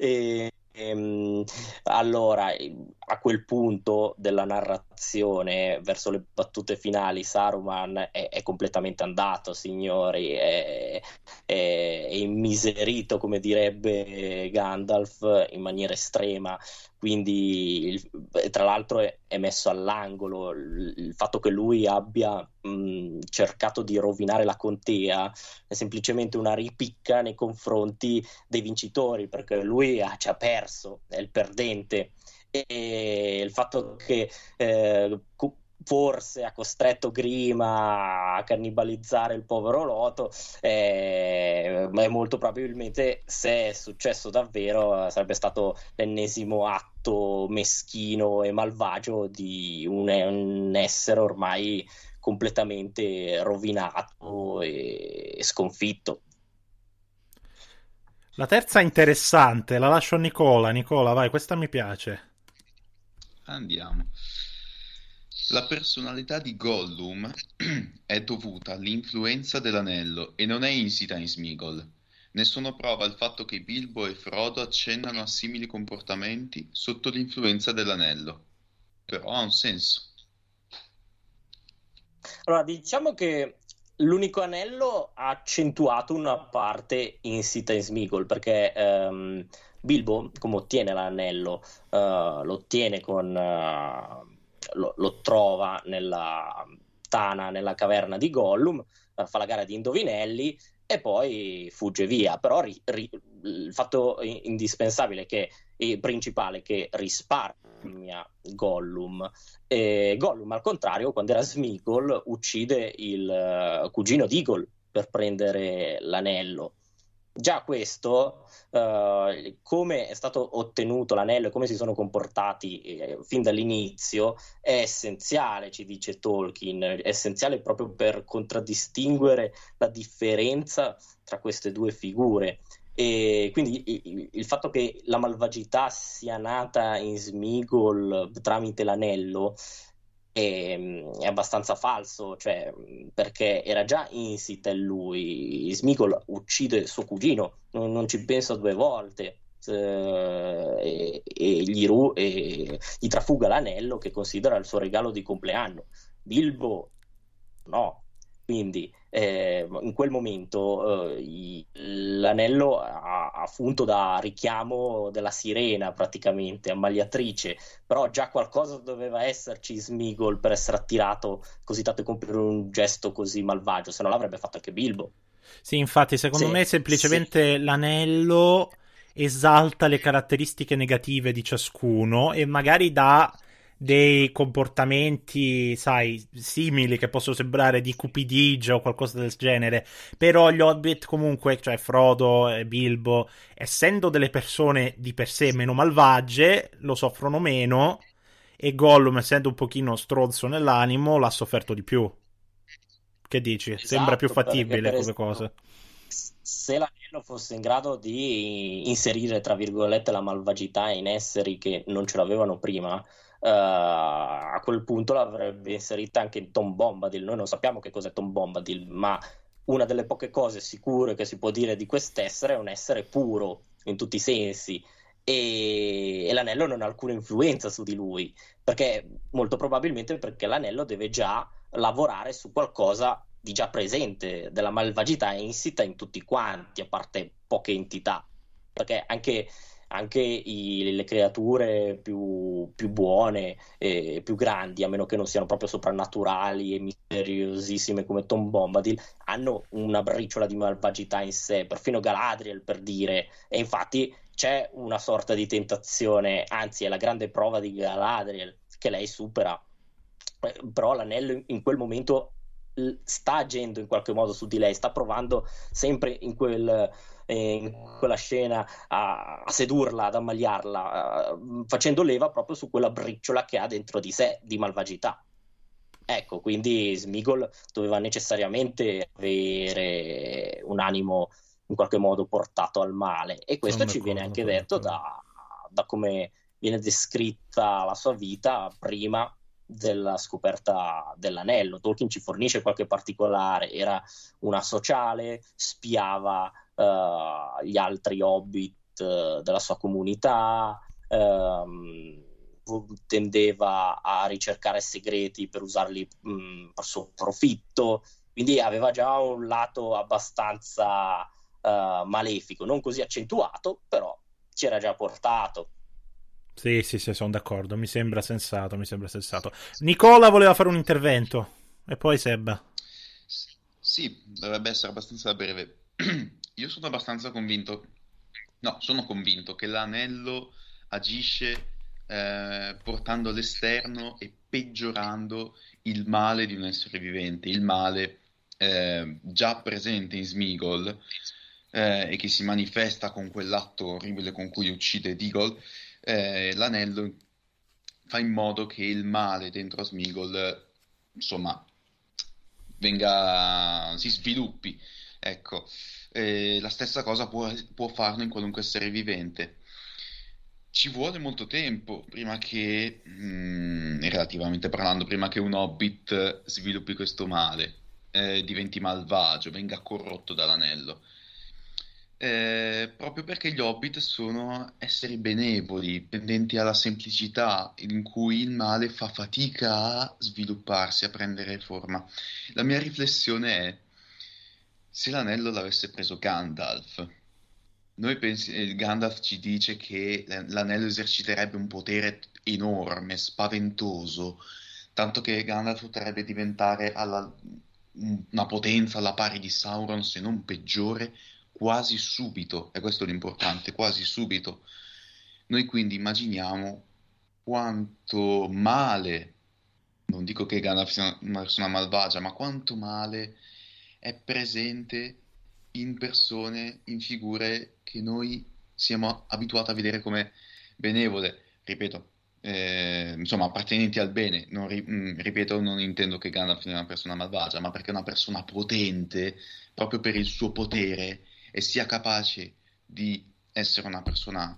Allora, a quel punto della narrazione, verso le battute finali, Saruman è completamente andato, signori, è immiserito, come direbbe Gandalf, in maniera estrema. Quindi, tra l'altro, è messo all'angolo. Il fatto che lui abbia cercato di rovinare la contea è semplicemente una ripicca nei confronti dei vincitori, perché lui ci ha perso, è il perdente. E il fatto che forse ha costretto Grima a cannibalizzare il povero Lotho, ma molto probabilmente, se è successo davvero, sarebbe stato l'ennesimo atto meschino e malvagio di un essere ormai completamente rovinato e sconfitto. La terza è interessante, la lascio a Nicola. Nicola, vai, questa mi piace. Andiamo. La personalità di Gollum è dovuta all'influenza dell'anello e non è insita in Sméagol. Ne sono prova il fatto che Bilbo e Frodo accennano a simili comportamenti sotto l'influenza dell'anello. Però ha un senso. Allora, diciamo che l'unico anello ha accentuato una parte insita in Sméagol, perché Bilbo, come ottiene l'anello, lo ottiene con... lo trova nella tana, nella caverna di Gollum, fa la gara di indovinelli e poi fugge via. Però il fatto indispensabile principale che risparmia Gollum. Gollum, al contrario, quando era a Sméagol, uccide il cugino di Eagle per prendere l'anello. Già questo, come è stato ottenuto l'anello e come si sono comportati fin dall'inizio, è essenziale, ci dice Tolkien, è essenziale proprio per contraddistinguere la differenza tra queste due figure. E quindi il fatto che la malvagità sia nata in Sméagol tramite l'anello è abbastanza falso, cioè, perché era già insita in lui. Sméagol uccide suo cugino, non ci pensa due volte, e gli trafuga l'anello che considera il suo regalo di compleanno. Bilbo no. Quindi in quel momento l'anello ha funto da richiamo della sirena, praticamente, ammaliatrice, però già qualcosa doveva esserci Sméagol per essere attirato così tanto e compiere un gesto così malvagio, se no l'avrebbe fatto anche Bilbo. Sì, infatti, secondo me semplicemente l'anello esalta le caratteristiche negative di ciascuno e magari dà dei comportamenti, sai, simili, che possono sembrare di cupidigia o qualcosa del genere, però gli Hobbit comunque, cioè Frodo e Bilbo, essendo delle persone di per sé meno malvagie, lo soffrono meno, e Gollum, essendo un pochino stronzo nell'animo, l'ha sofferto di più. Che dici? Esatto, sembra più fattibile come esempio, cosa. se l'anello fosse in grado di inserire, tra virgolette, la malvagità in esseri che non ce l'avevano prima, a quel punto l'avrebbe inserita anche in Tom Bombadil. Noi non sappiamo che cos'è Tom Bombadil, ma una delle poche cose sicure che si può dire di quest'essere è un essere puro in tutti i sensi, e l'anello non ha alcuna influenza su di lui, perché molto probabilmente perché l'anello deve già lavorare su qualcosa di già presente. Della malvagità è insita in tutti quanti, a parte poche entità, perché anche le creature più buone e più grandi, a meno che non siano proprio soprannaturali e misteriosissime come Tom Bombadil, hanno una briciola di malvagità in sé, perfino Galadriel, per dire. E infatti c'è una sorta di tentazione, anzi è la grande prova di Galadriel, che lei supera. Però l'anello in quel momento sta agendo in qualche modo su di lei, sta provando sempre in quella scena a sedurla, ad ammaliarla, facendo leva proprio su quella briciola che ha dentro di sé di malvagità. Ecco, quindi Sméagol doveva necessariamente avere un animo in qualche modo portato al male, e questo ci viene anche detto da come viene descritta la sua vita prima della scoperta dell'anello. Tolkien ci fornisce qualche particolare: era una sociale, spiava gli altri hobbit della sua comunità, tendeva a ricercare segreti per usarli per suo profitto, quindi aveva già un lato abbastanza malefico, non così accentuato, però ci era già portato. Sì, sono d'accordo, mi sembra sensato. Nicola voleva fare un intervento, e poi Seb. Sì, dovrebbe essere abbastanza breve. Io sono convinto che l'anello agisce portando all'esterno e peggiorando il male di un essere vivente, il male già presente in Sméagol, e che si manifesta con quell'atto orribile con cui uccide Eagle. L'anello fa in modo che il male dentro a Sméagol, insomma, si sviluppi, ecco. La stessa cosa può farlo in qualunque essere vivente. ci vuole molto tempo prima che, relativamente parlando, prima che un hobbit sviluppi questo male, diventi malvagio, venga corrotto dall'anello. Proprio perché gli hobbit sono esseri benevoli, tendenti alla semplicità, in cui il male fa fatica a svilupparsi, a prendere forma. La mia riflessione è: se l'anello l'avesse preso Gandalf, Gandalf ci dice che l'anello eserciterebbe un potere enorme, spaventoso, tanto che Gandalf potrebbe diventare una potenza alla pari di Sauron, se non peggiore, quasi subito, e questo è l'importante, quasi subito. Noi quindi immaginiamo quanto male, non dico che Gandalf sia una persona malvagia, ma quanto male è presente in persone, in figure che noi siamo abituati a vedere come benevole, ripeto, insomma, appartenenti al bene. Ripeto, non intendo che Gandalf sia una persona malvagia, ma perché è una persona potente proprio per il suo potere e sia capace di essere una persona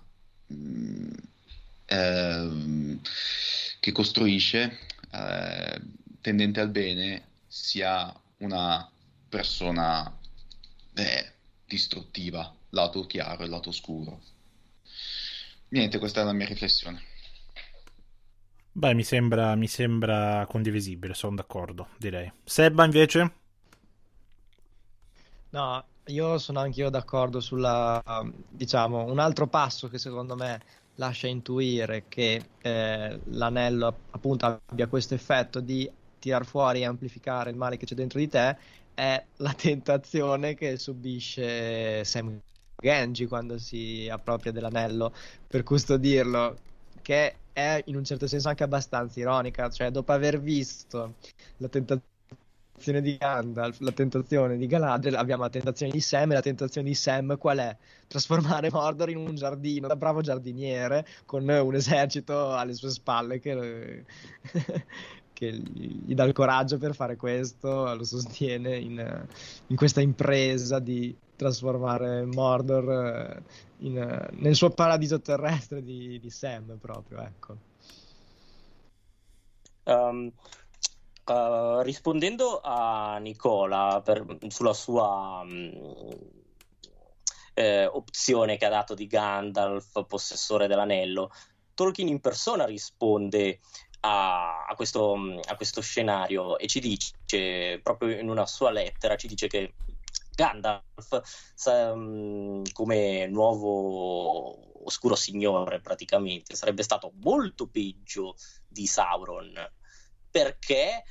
che costruisce, tendente al bene, sia una persona distruttiva, lato chiaro e lato scuro. Niente, questa è la mia riflessione. Beh, mi sembra condivisibile, sono d'accordo, direi. Sebba, invece? No, io sono anch'io d'accordo sulla, diciamo, un altro passo che secondo me lascia intuire che l'anello appunto abbia questo effetto di tirar fuori e amplificare il male che c'è dentro di te è la tentazione che subisce Sam Genji quando si appropria dell'anello per custodirlo, che è in un certo senso anche abbastanza ironica, cioè dopo aver visto la tentazione di Gandalf, la tentazione di Galadriel, abbiamo la tentazione di Sam, e la tentazione di Sam qual è? Trasformare Mordor in un giardino da bravo giardiniere con un esercito alle sue spalle che gli dà il coraggio per fare questo, lo sostiene in questa impresa di trasformare Mordor nel suo paradiso terrestre di Sam proprio, ecco. Rispondendo a Nicola sulla sua opzione che ha dato di Gandalf, possessore dell'anello, Tolkien in persona risponde a questo scenario e ci dice, proprio in una sua lettera, ci dice che Gandalf, come nuovo oscuro signore praticamente, sarebbe stato molto peggio di Sauron, perché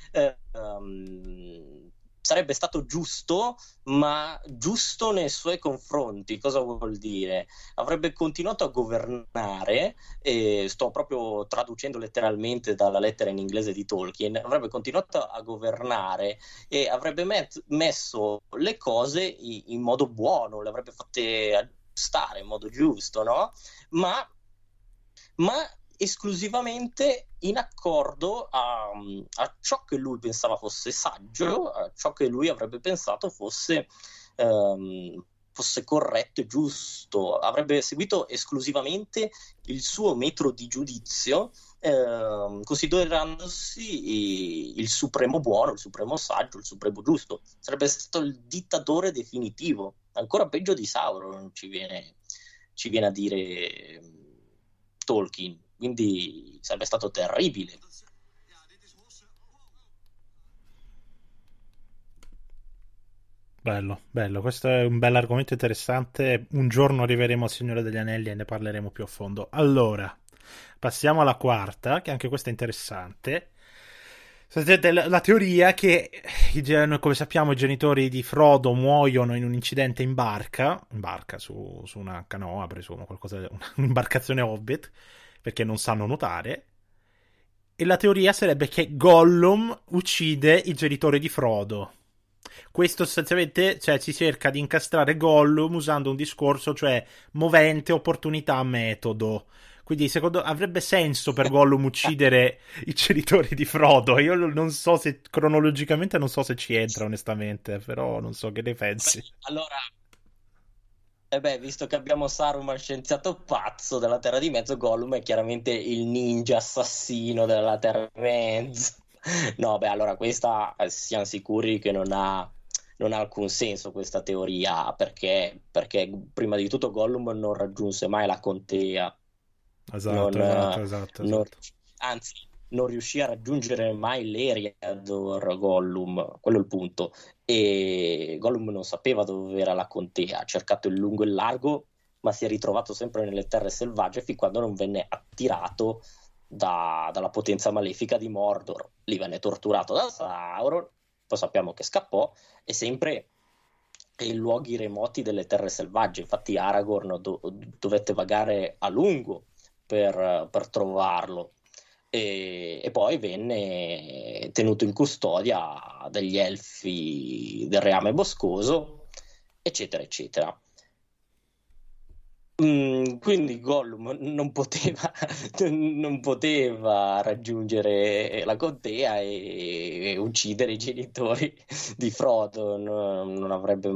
sarebbe stato giusto, ma giusto nei suoi confronti. Cosa vuol dire? Avrebbe continuato a governare, e sto proprio traducendo letteralmente dalla lettera in inglese di Tolkien, avrebbe continuato a governare e avrebbe messo le cose in modo buono, le avrebbe fatte aggiustare in modo giusto, no? Ma esclusivamente in accordo a ciò che lui pensava fosse saggio, a ciò che lui avrebbe pensato fosse corretto e giusto. Avrebbe seguito esclusivamente il suo metro di giudizio, considerandosi il supremo buono, il supremo saggio, il supremo giusto. Sarebbe stato il dittatore definitivo, ancora peggio di Sauron, ci viene a dire Tolkien. Quindi sarebbe stato terribile. Bello, questo è un bel argomento interessante. Un giorno arriveremo al Signore degli Anelli e ne parleremo più a fondo. Allora, passiamo alla quarta, che anche questa è interessante. La teoria che, come sappiamo, i genitori di Frodo muoiono in un incidente in barca su una canoa, presumo, un'imbarcazione Hobbit, perché non sanno nuotare, e la teoria sarebbe che Gollum uccide i genitori di Frodo. Questo sostanzialmente, cioè, si cerca di incastrare Gollum usando un discorso, cioè, movente opportunità metodo. Quindi avrebbe senso per Gollum uccidere i genitori di Frodo. Io non so se cronologicamente non so se ci entra, onestamente, però non so che ne pensi. Allora E beh, visto che abbiamo Saruman scienziato pazzo della Terra di Mezzo, Gollum è chiaramente il ninja assassino della Terra di Mezzo. No, beh, allora questa siamo sicuri che non ha alcun senso questa teoria, perché prima di tutto Gollum non raggiunse mai la contea. Esatto. Anzi, non riuscì a raggiungere mai l'Eriador Gollum, quello è il punto. E Gollum non sapeva dove era la contea, ha cercato in lungo e in largo, ma si è ritrovato sempre nelle terre selvagge fin quando non venne attirato dalla potenza malefica di Mordor. Lì venne torturato da Sauron, poi sappiamo che scappò, e sempre in luoghi remoti delle terre selvagge. Infatti Aragorn dovette vagare a lungo per trovarlo. E poi venne tenuto in custodia dagli elfi del reame boscoso, eccetera eccetera. Quindi Gollum non poteva raggiungere la contea e uccidere i genitori di Frodo. Non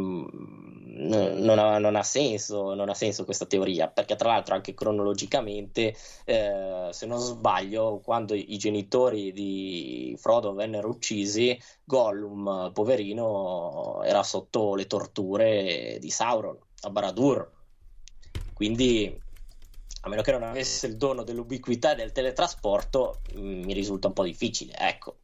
ha senso questa teoria, perché tra l'altro anche cronologicamente, se non sbaglio, quando i genitori di Frodo vennero uccisi, Gollum, poverino, era sotto le torture di Sauron a Barad-dûr. Quindi, a meno che non avesse il dono dell'ubiquità e del teletrasporto, mi risulta un po' difficile, ecco.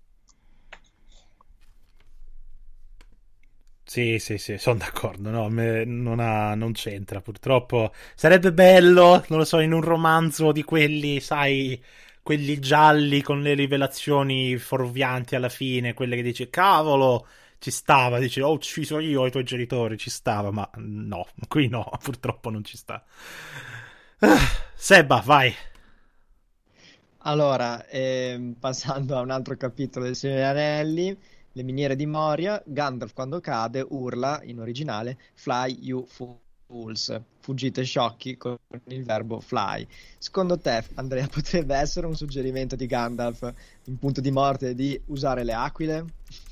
Sì, sono d'accordo, no, non c'entra, purtroppo. Sarebbe bello, non lo so, in un romanzo di quelli, sai, quelli gialli con le rivelazioni fuorvianti alla fine, quelle che dici, cavolo, ci stava, dici, ho ucciso io i tuoi genitori, ci stava, ma no, qui no, purtroppo non ci sta. Seba, vai. Allora, passando a un altro capitolo del Signore degli Anelli, le miniere di Moria, Gandalf quando cade urla, in originale, Fly you fools, fuggite sciocchi, con il verbo fly. Secondo te, Andrea, potrebbe essere un suggerimento di Gandalf in punto di morte di usare le aquile?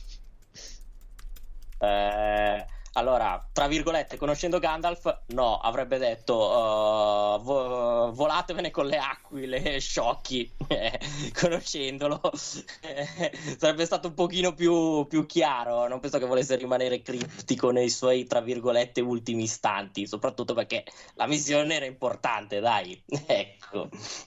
Allora, tra virgolette, conoscendo Gandalf, no, avrebbe detto volatevene con le aquile, sciocchi. Conoscendolo, sarebbe stato un pochino più chiaro. Non penso che volesse rimanere criptico nei suoi, tra virgolette, ultimi istanti, soprattutto perché la missione era importante, dai. Ecco.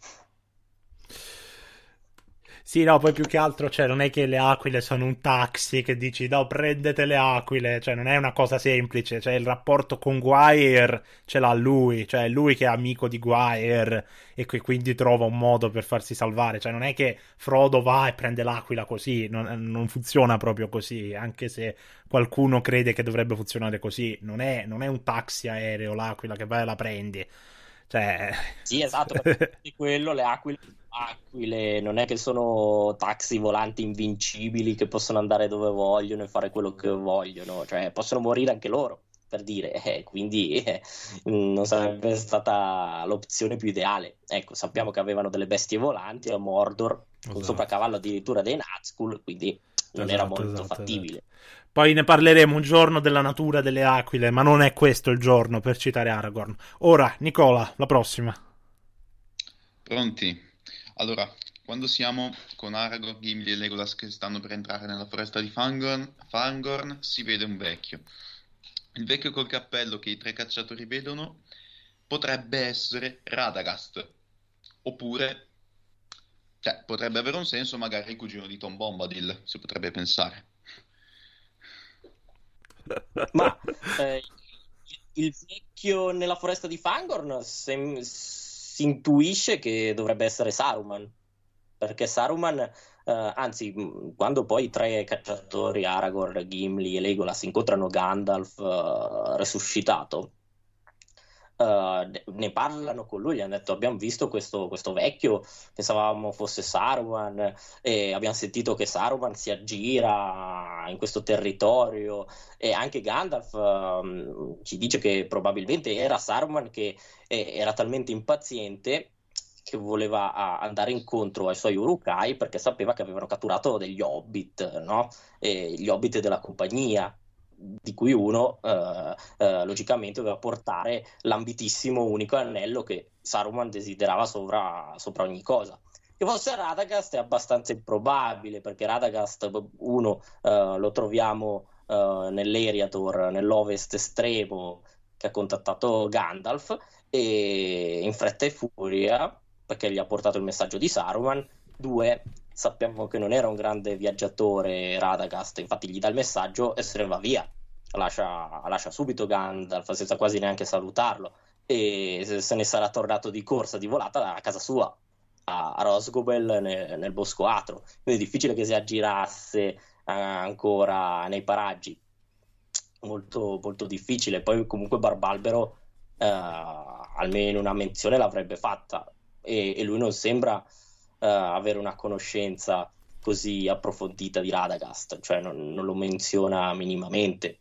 Sì, no, poi più che altro, cioè, non è che le aquile sono un taxi che dici, no, prendete le aquile, cioè, non è una cosa semplice, cioè, il rapporto con Gwaihir ce l'ha lui, cioè, è lui che è amico di Gwaihir e che quindi trova un modo per farsi salvare, cioè, non è che Frodo va e prende l'aquila così, non funziona proprio così, anche se qualcuno crede che dovrebbe funzionare così, non è un taxi aereo l'aquila che vai e la prendi. Cioè... Sì, esatto, perché quello, le aquile non è che sono taxi volanti invincibili che possono andare dove vogliono e fare quello che vogliono, cioè possono morire anche loro, per dire, quindi non sarebbe stata l'opzione più ideale. Ecco, sappiamo che avevano delle bestie volanti a Mordor, con sopra cavallo addirittura dei Nazgûl, quindi non era molto fattibile. Poi ne parleremo un giorno della natura delle aquile, ma non è questo il giorno per citare Aragorn. Ora, Nicola, la prossima. Pronti? Allora, quando siamo con Aragorn, Gimli e Legolas che stanno per entrare nella foresta di Fangorn, si vede un vecchio. Il vecchio col cappello che i tre cacciatori vedono potrebbe essere Radagast. Oppure, cioè, potrebbe avere un senso magari il cugino di Tom Bombadil, si potrebbe pensare. Ma il vecchio nella foresta di Fangorn si intuisce che dovrebbe essere Saruman, perché Saruman, anzi, quando poi i tre cacciatori, Aragorn, Gimli e Legolas, incontrano Gandalf resuscitato, ne parlano con lui, gli hanno detto abbiamo visto questo vecchio, pensavamo fosse Saruman e abbiamo sentito che Saruman si aggira in questo territorio, e anche Gandalf ci dice che probabilmente era Saruman che era talmente impaziente che voleva andare incontro ai suoi Uruk-hai perché sapeva che avevano catturato degli hobbit, no? Gli hobbit della compagnia. di cui uno logicamente doveva portare l'ambitissimo unico anello che Saruman desiderava sopra ogni cosa. Che fosse Radagast è abbastanza improbabile, perché Radagast lo troviamo nell'Eriador, nell'ovest estremo, che ha contattato Gandalf, e in fretta e furia, perché gli ha portato il messaggio di Saruman. 2, sappiamo che non era un grande viaggiatore Radagast, infatti gli dà il messaggio e se ne va via, lascia subito Gandalf senza quasi neanche salutarlo, e se ne sarà tornato di corsa, di volata a casa sua, a Rosgobel nel Bosco Atro. Quindi è difficile che si aggirasse ancora nei paraggi, molto, molto difficile. Poi comunque Barbalbero almeno una menzione l'avrebbe fatta, e lui non sembra avere una conoscenza così approfondita di Radagast, cioè non lo menziona minimamente.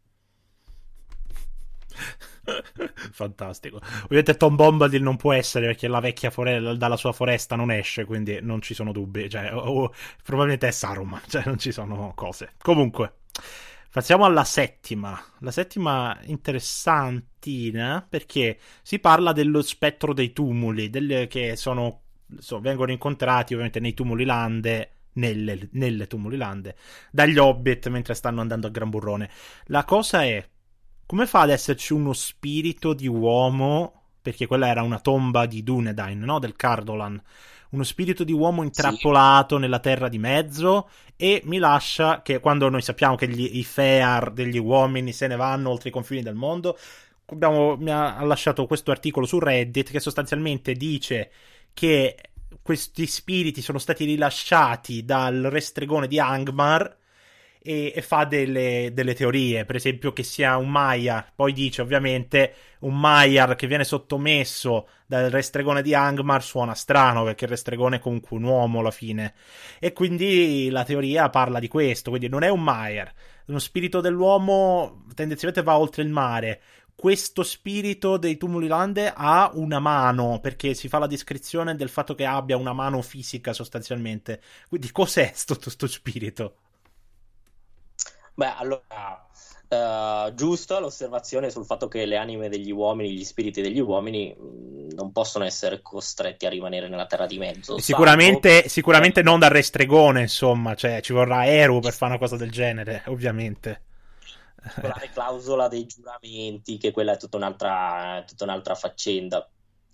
Fantastico. Ovviamente Tom Bombadil non può essere, perché la vecchia dalla sua foresta non esce, quindi non ci sono dubbi, cioè, probabilmente è Saruman, cioè non ci sono cose. Comunque passiamo alla settima. La settima interessantina, perché si parla dello spettro dei tumuli, che vengono incontrati ovviamente nei Tumulilande, nelle Tumulilande, dagli Hobbit mentre stanno andando a Gran Burrone. La cosa è: come fa ad esserci uno spirito di uomo, perché quella era una tomba di Dúnedain, no? Del Cardolan, uno spirito di uomo intrappolato nella terra di mezzo, e mi lascia che quando noi sappiamo che i Fear degli uomini se ne vanno oltre i confini del mondo, mi ha lasciato questo articolo su Reddit che sostanzialmente dice che questi spiriti sono stati rilasciati dal re stregone di Angmar, e fa delle teorie, per esempio che sia un Maiar. Poi dice ovviamente un Maiar che viene sottomesso dal re stregone di Angmar suona strano, perché il re stregone è comunque un uomo alla fine, e quindi la teoria parla di questo. Quindi non è un Maiar, uno spirito dell'uomo tendenzialmente va oltre il mare. Questo spirito dei Tumulilande ha una mano, perché si fa la descrizione del fatto che abbia una mano fisica sostanzialmente. Quindi cos'è sto spirito? Beh, allora, giusta l'osservazione sul fatto che le anime degli uomini, gli spiriti degli uomini non possono essere costretti a rimanere nella terra di mezzo. Sicuramente non dal re stregone, insomma, cioè ci vorrà Eru per fare una cosa del genere, ovviamente. La clausola dei giuramenti, che quella è tutta un'altra faccenda.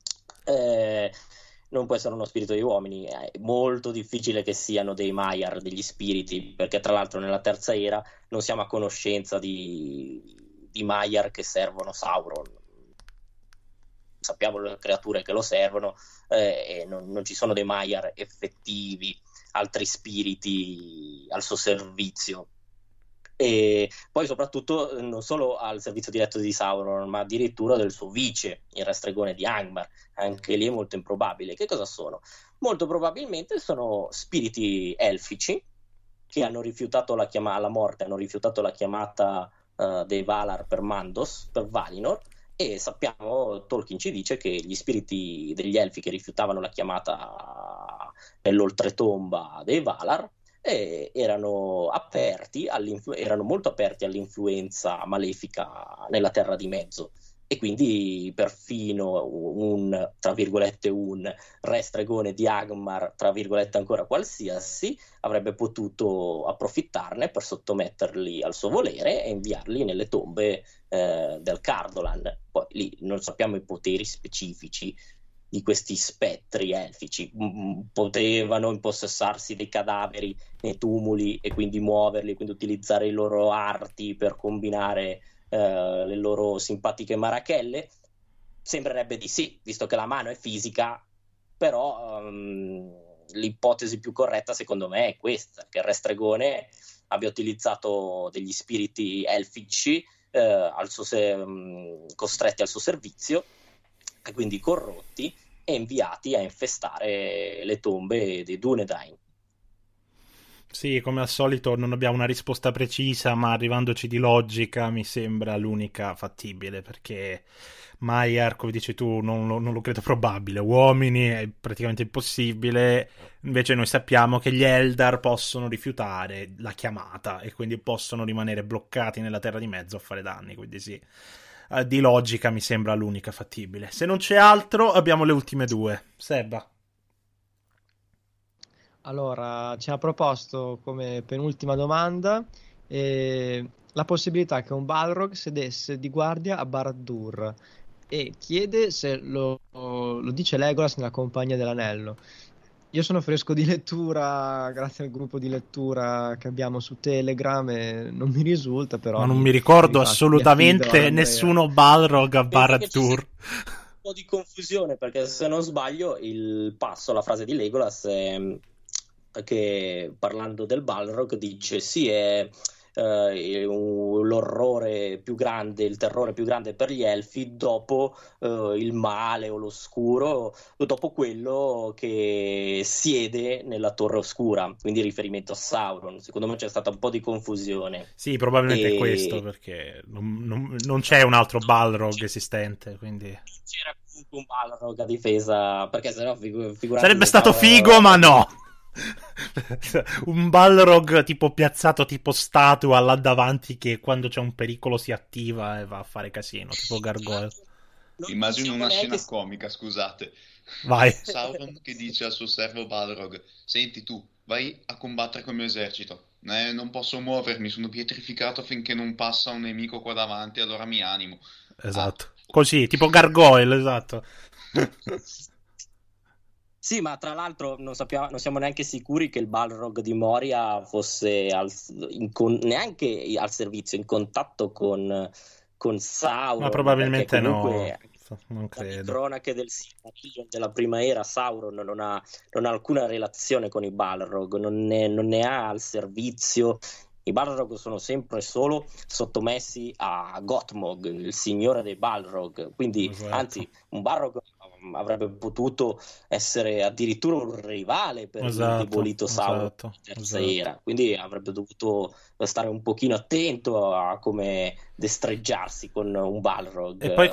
Non può essere uno spirito di uomini, è molto difficile che siano dei Maiar, degli spiriti, perché tra l'altro nella terza era non siamo a conoscenza di Maiar che servono Sauron. Sappiamo le creature che lo servono, e non ci sono dei Maiar effettivi, altri spiriti al suo servizio. E poi soprattutto non solo al servizio diretto di Sauron, ma addirittura del suo vice, il re stregone di Angmar. Anche lì è molto improbabile. Che cosa sono? Molto probabilmente sono spiriti elfici che hanno rifiutato alla morte, hanno rifiutato la chiamata dei Valar per Mandos, per Valinor, e sappiamo, Tolkien ci dice che gli spiriti degli elfi che rifiutavano la chiamata nell'oltretomba dei Valar erano molto aperti all'influenza malefica nella terra di mezzo, e quindi perfino tra virgolette un re stregone di Angmar, tra virgolette ancora qualsiasi, avrebbe potuto approfittarne per sottometterli al suo volere e inviarli nelle tombe del Cardolan. Poi lì non sappiamo i poteri specifici di questi spettri elfici. Potevano impossessarsi dei cadaveri nei tumuli e quindi muoverli, quindi utilizzare i loro arti per combinare le loro simpatiche marachelle? Sembrerebbe di sì, visto che la mano è fisica, però l'ipotesi più corretta secondo me è questa, che il re stregone abbia utilizzato degli spiriti elfici costretti al suo servizio, e quindi corrotti, e inviati a infestare le tombe dei Dúnedain. Sì, come al solito non abbiamo una risposta precisa, ma arrivandoci di logica mi sembra l'unica fattibile, perché Maiar, come dici tu, non lo credo probabile. Uomini è praticamente impossibile. Invece noi sappiamo che gli Eldar possono rifiutare la chiamata e quindi possono rimanere bloccati nella Terra di Mezzo a fare danni, quindi sì. Di logica mi sembra l'unica fattibile. Se non c'è altro, abbiamo le ultime due. Sebba. Allora, ci ha proposto come penultima domanda la possibilità che un Balrog sedesse di guardia a Barad-dûr e chiede se lo dice Legolas nella Compagnia dell'Anello. Io sono fresco di lettura, grazie al gruppo di lettura che abbiamo su Telegram, e non mi risulta, però. Ma non mi ricordo assolutamente nessuno Balrog a Barad-dûr. Un po' di confusione, perché se non sbaglio il passo, la frase di Legolas è che, parlando del Balrog, dice sì, è l'orrore più grande, il terrore più grande per gli elfi dopo il male o l'oscuro, dopo quello che siede nella Torre Oscura, quindi riferimento a Sauron. Secondo me c'è stata un po' di confusione. Sì, probabilmente è questo, perché non c'è un altro Balrog esistente, quindi c'era comunque un Balrog a difesa, perché sennò figurati, sarebbe stato figo, ma no. Un Balrog tipo piazzato tipo statua là davanti, che quando c'è un pericolo si attiva e va a fare casino, tipo Gargoyle. Immagino una scena comica, scusate. Vai. Sauron che dice al suo servo Balrog: senti, tu vai a combattere col mio esercito, non posso muovermi, sono pietrificato finché non passa un nemico qua davanti, allora mi animo. Esatto, così, tipo Gargoyle, esatto. Sì, ma tra l'altro non siamo neanche sicuri che il Balrog di Moria fosse neanche al servizio, in contatto con Sauron. Ma probabilmente comunque, non credo. Cronache del Silmarillion della prima era, Sauron non ha alcuna relazione con i Balrog, non ne ha al servizio. I Balrog sono sempre solo sottomessi a Gottmog, il signore dei Balrog, quindi esatto. Anzi un Balrog avrebbe potuto essere addirittura un rivale per il debolito Sauron terza era, quindi avrebbe dovuto stare un pochino attento a come destreggiarsi con un Balrog. E poi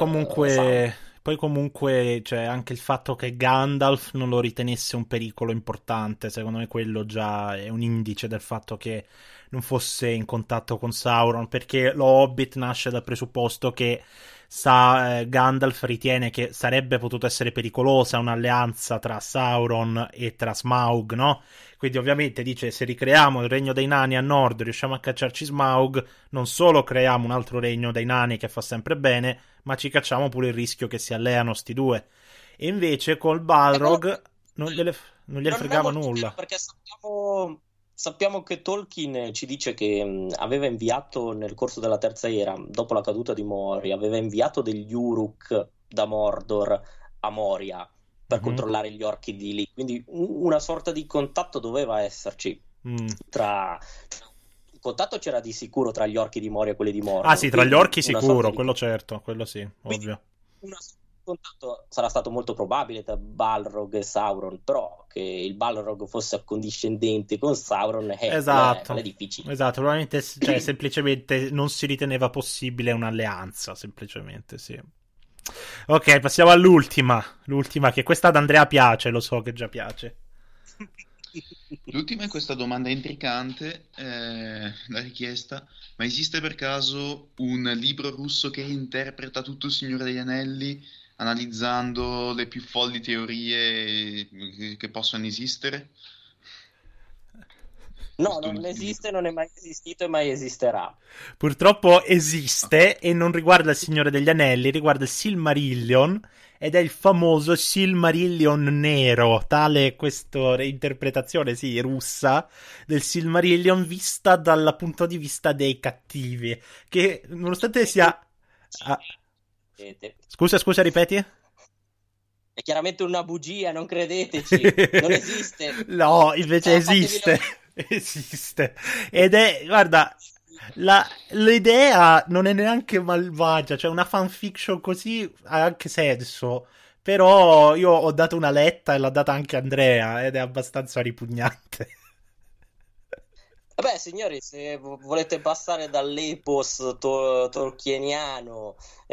comunque c'è anche il fatto che Gandalf non lo ritenesse un pericolo importante. Secondo me quello già è un indice del fatto che non fosse in contatto con Sauron, perché lo Hobbit nasce dal presupposto che Gandalf ritiene che sarebbe potuto essere pericolosa un'alleanza tra Sauron e tra Smaug, no? Quindi ovviamente dice: se ricreiamo il regno dei nani a nord, riusciamo a cacciarci Smaug, non solo creiamo un altro regno dei nani che fa sempre bene, ma ci cacciamo pure il rischio che si alleano sti due. E invece col Balrog non gliene fregava nulla. Perché sappiamo che Tolkien ci dice che aveva inviato nel corso della terza era, dopo la caduta di Moria, aveva inviato degli Uruk da Mordor a Moria per controllare gli orchi di lì, quindi una sorta di contatto doveva esserci tra... Il contatto c'era di sicuro tra gli orchi di Moria e quelli di Mordor. Ah sì, tra gli orchi sicuro, quello certo, quello sì, ovvio. Un contatto sarà stato molto probabile tra Balrog e Sauron, però che il Balrog fosse accondiscendente con Sauron esatto. è difficile. Esatto, probabilmente semplicemente non si riteneva possibile un'alleanza, semplicemente, sì. Ok, passiamo all'ultima, che questa ad Andrea piace, lo so che già piace. L'ultima è questa domanda intricante, la richiesta: ma esiste per caso un libro russo che interpreta tutto il Signore degli Anelli, analizzando le più folli teorie che possono esistere? No, non esiste, non è mai esistito e mai esisterà. Purtroppo esiste, e non riguarda il Signore degli Anelli, riguarda il Silmarillion, ed è il famoso Silmarillion nero, tale questa reinterpretazione, sì, russa, del Silmarillion vista dal punto di vista dei cattivi, che nonostante sia... Scusa, ripeti? È chiaramente una bugia, non credeteci, non esiste. No, invece esiste. Esiste. Ed è, guarda, l'idea non è neanche malvagia, cioè una fanfiction così ha anche senso, però io ho dato una letta e l'ha data anche Andrea ed è abbastanza ripugnante. Vabbè, signori, se volete passare dall'epos tolkieniano,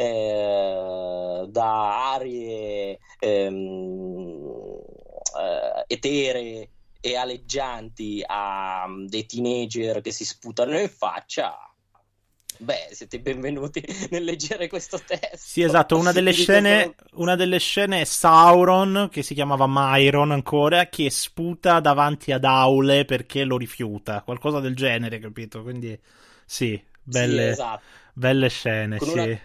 da arie eteree e aleggianti a dei teenager che si sputano in faccia, beh, siete benvenuti nel leggere questo testo. Sì, esatto, una delle scene è Sauron, che si chiamava Myron ancora, che sputa davanti ad Aule perché lo rifiuta, qualcosa del genere, capito? Quindi sì, belle, Sì, esatto. belle scene, Con sì. una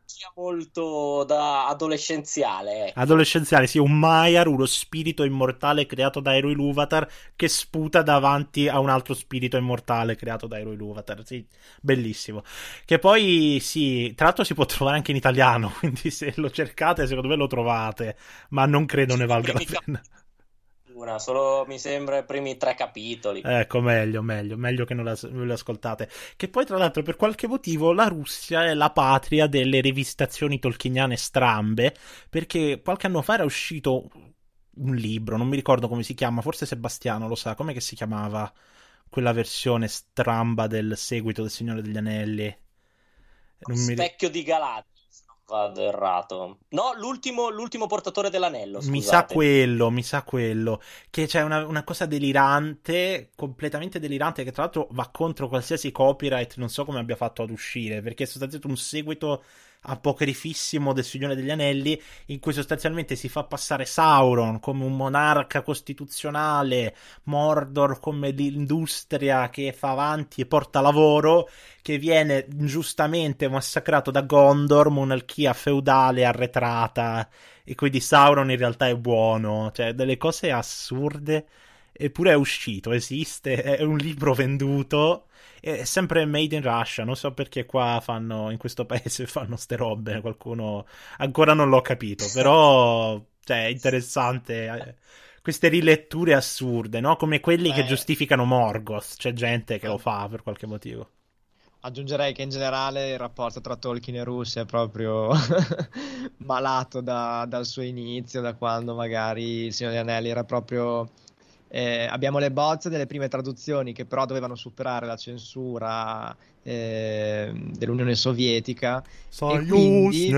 molto da adolescenziale, ecco. Adolescenziale, sì, un Maiar, uno spirito immortale creato da Eru Ilúvatar che sputa davanti a un altro spirito immortale creato da Eru Ilúvatar, sì, bellissimo. Che poi, sì, tra l'altro si può trovare anche in italiano, quindi se lo cercate secondo me lo trovate, ma non credo ne valga la pena. Solo mi sembra i primi 3 capitoli. Ecco, meglio che non lo ascoltate. Che poi, tra l'altro, per qualche motivo la Russia è la patria delle rivisitazioni tolkieniane strambe, perché qualche anno fa era uscito un libro, non mi ricordo come si chiama, forse Sebastiano lo sa, com'è che si chiamava quella versione stramba del seguito del Signore degli Anelli? Specchio di Galadriel, se non vado errato. No, l'ultimo portatore dell'anello, scusate. Mi sa quello, che c'è una cosa delirante, completamente delirante, che tra l'altro va contro qualsiasi copyright, non so come abbia fatto ad uscire, perché è sostanzialmente un seguito apocrifissimo del Signore degli Anelli, in cui sostanzialmente si fa passare Sauron come un monarca costituzionale, Mordor come l'industria che fa avanti e porta lavoro, che viene ingiustamente massacrato da Gondor, monarchia feudale arretrata, e quindi Sauron in realtà è buono, cioè delle cose assurde. Eppure è uscito, esiste, è un libro venduto, è sempre made in Russia, non so perché qua in questo paese fanno ste robe, qualcuno ancora non l'ho capito, però cioè, è interessante, queste riletture assurde, no? Come quelli che giustificano Morgoth, c'è gente che lo fa per qualche motivo. Aggiungerei che in generale il rapporto tra Tolkien e Russia è proprio malato dal suo inizio, da quando magari il Signore degli Anelli era proprio... abbiamo le bozze delle prime traduzioni che però dovevano superare la censura dell'Unione Sovietica e quindi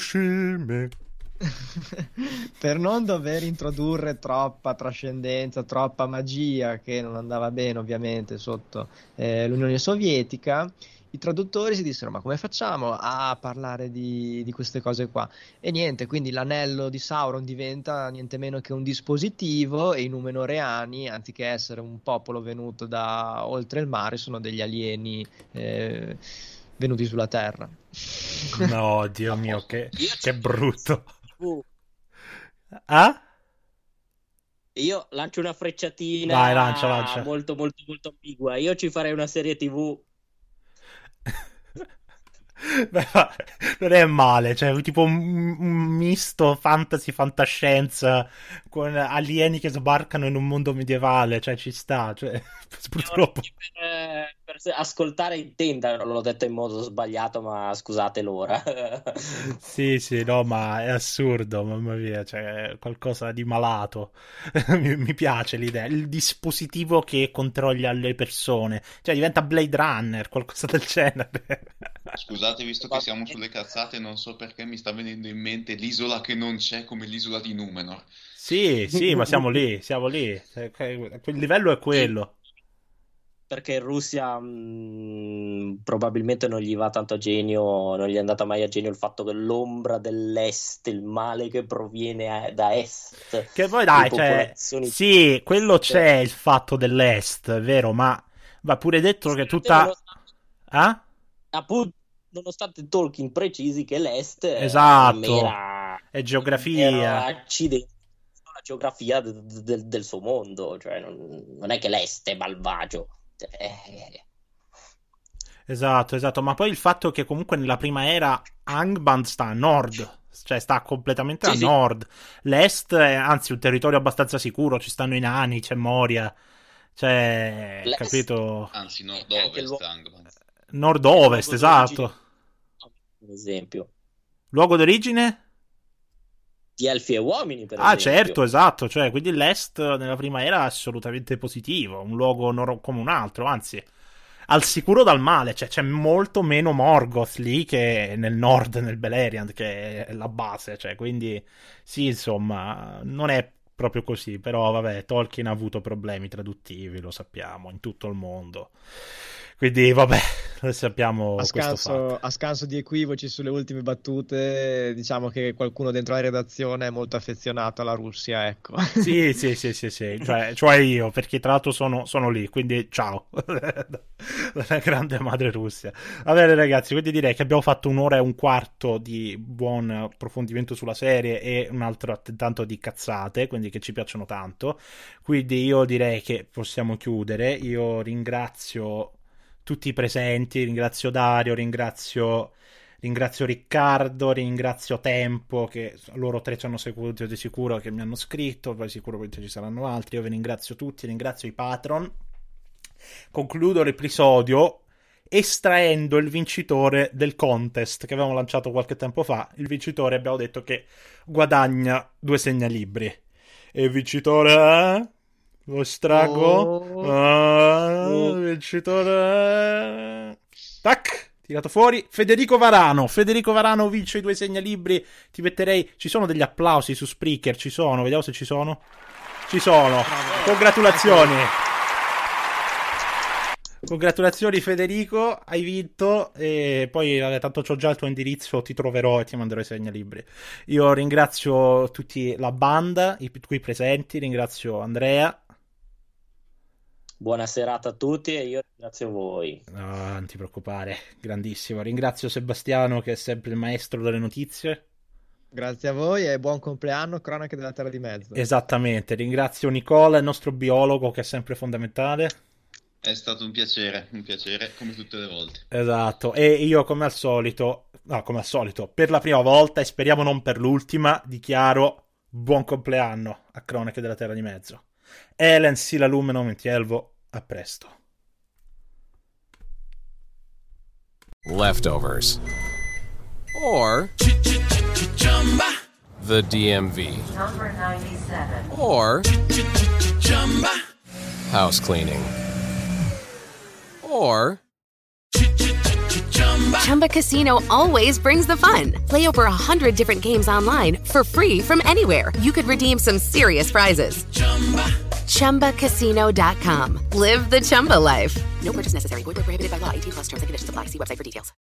per non dover introdurre troppa trascendenza, troppa magia, che non andava bene ovviamente sotto l'Unione Sovietica, i traduttori si dissero: ma come facciamo a parlare di queste cose qua? E niente, quindi l'anello di Sauron diventa niente meno che un dispositivo, e i Numenoreani, anziché essere un popolo venuto da oltre il mare, sono degli alieni venuti sulla Terra. No, Dio mio, che brutto. Ah? Io lancio una frecciatina. Vai, lancia. Molto molto molto ambigua. Io ci farei una serie TV. Beh, non è male, cioè tipo un misto fantascienza con alieni che sbarcano in un mondo medievale, cioè ci sta, cioè purtroppo per ascoltare intenda, non l'ho detto in modo sbagliato, ma scusate l'ora. sì, no, ma è assurdo, mamma mia, cioè qualcosa di malato. mi piace l'idea, il dispositivo che controlla le persone, cioè diventa Blade Runner, qualcosa del genere. Scusate, visto che siamo sulle cazzate, non so perché mi sta venendo in mente l'isola che non c'è come l'isola di Numenor. Sì, ma siamo lì. Quel livello è quello. Perché in Russia probabilmente non gli va tanto a genio, non gli è andata mai a genio il fatto che l'ombra dell'est, il male che proviene da est. Che poi dai, cioè, sì, quello c'è il fatto dell'est, è vero, ma va pure detto che tutta... Appunto, nonostante Tolkien precisi che l'est esatto, è geografia, accidente, la geografia del suo mondo, cioè non è che l'est è malvagio. Esatto, ma poi il fatto che comunque nella prima era Angband sta a nord, cioè sta completamente a nord, l'est è anzi un territorio abbastanza sicuro, ci stanno i nani, c'è Moria, cioè, capito? Anzi, nord-ovest, Angband. Nord-ovest, esatto. Un esempio. Luogo d'origine? di elfi e uomini, per esempio. Certo, esatto, cioè, quindi l'Est nella prima era assolutamente positivo, un luogo come un altro, anzi, al sicuro dal male, cioè c'è molto meno Morgoth lì che nel nord, nel Beleriand, che è la base, cioè, quindi sì, insomma, non è proprio così, però vabbè, Tolkien ha avuto problemi traduttivi, lo sappiamo, in tutto il mondo. Quindi vabbè, lo sappiamo. A scanso di equivoci sulle ultime battute, diciamo che qualcuno dentro la redazione è molto affezionato alla Russia, ecco. Sì, cioè io, perché tra l'altro sono lì, quindi ciao, la grande madre Russia. Va bene ragazzi, quindi direi che abbiamo fatto 1 ora e un quarto di buon approfondimento sulla serie e un altro tanto di cazzate, quindi che ci piacciono tanto. Quindi io direi che possiamo chiudere. Io ringrazio tutti i presenti, ringrazio Dario, ringrazio Riccardo, ringrazio Tempo, che loro 3 ci hanno seguito di sicuro, che mi hanno scritto, poi sicuramente ci saranno altri. Io vi ringrazio tutti, ringrazio i patron. Concludo l'episodio estraendo il vincitore del contest che avevamo lanciato qualche tempo fa. Il vincitore abbiamo detto che guadagna 2 segnalibri. E il vincitore è... Lo estraggo. Vincitore. Tac. Tirato fuori. Federico Varano. Federico Varano vince i 2 segnalibri. Ti metterei. Ci sono degli applausi su Spreaker. Ci sono. Vediamo se ci sono. Ci sono. Congratulazioni. Congratulazioni Federico. Hai vinto. E poi tanto c'ho già il tuo indirizzo. Ti troverò e ti manderò i segnalibri. Io ringrazio tutti la banda, i qui presenti. Ringrazio Andrea. Buona serata a tutti e io ringrazio voi. No, non ti preoccupare, grandissimo. Ringrazio Sebastiano che è sempre il maestro delle notizie. Grazie a voi e buon compleanno, Cronache della Terra di Mezzo. Esattamente, ringrazio Nicola, il nostro biologo, che è sempre fondamentale. È stato un piacere come tutte le volte. Esatto, e io come al solito, per la prima volta e speriamo non per l'ultima, dichiaro buon compleanno a Cronache della Terra di Mezzo. Elen Sila Lumen Mentielvo, a presto. Leftovers. Or the DMV. Number 97. Or house cleaning. Or Chumba Casino always brings the fun. Play over 100 different games online for free from anywhere. You could redeem some serious prizes. ChumbaCasino.com. Live the Chumba life. No purchase necessary. Void where prohibited by law. 18+ terms and conditions apply. See website for details.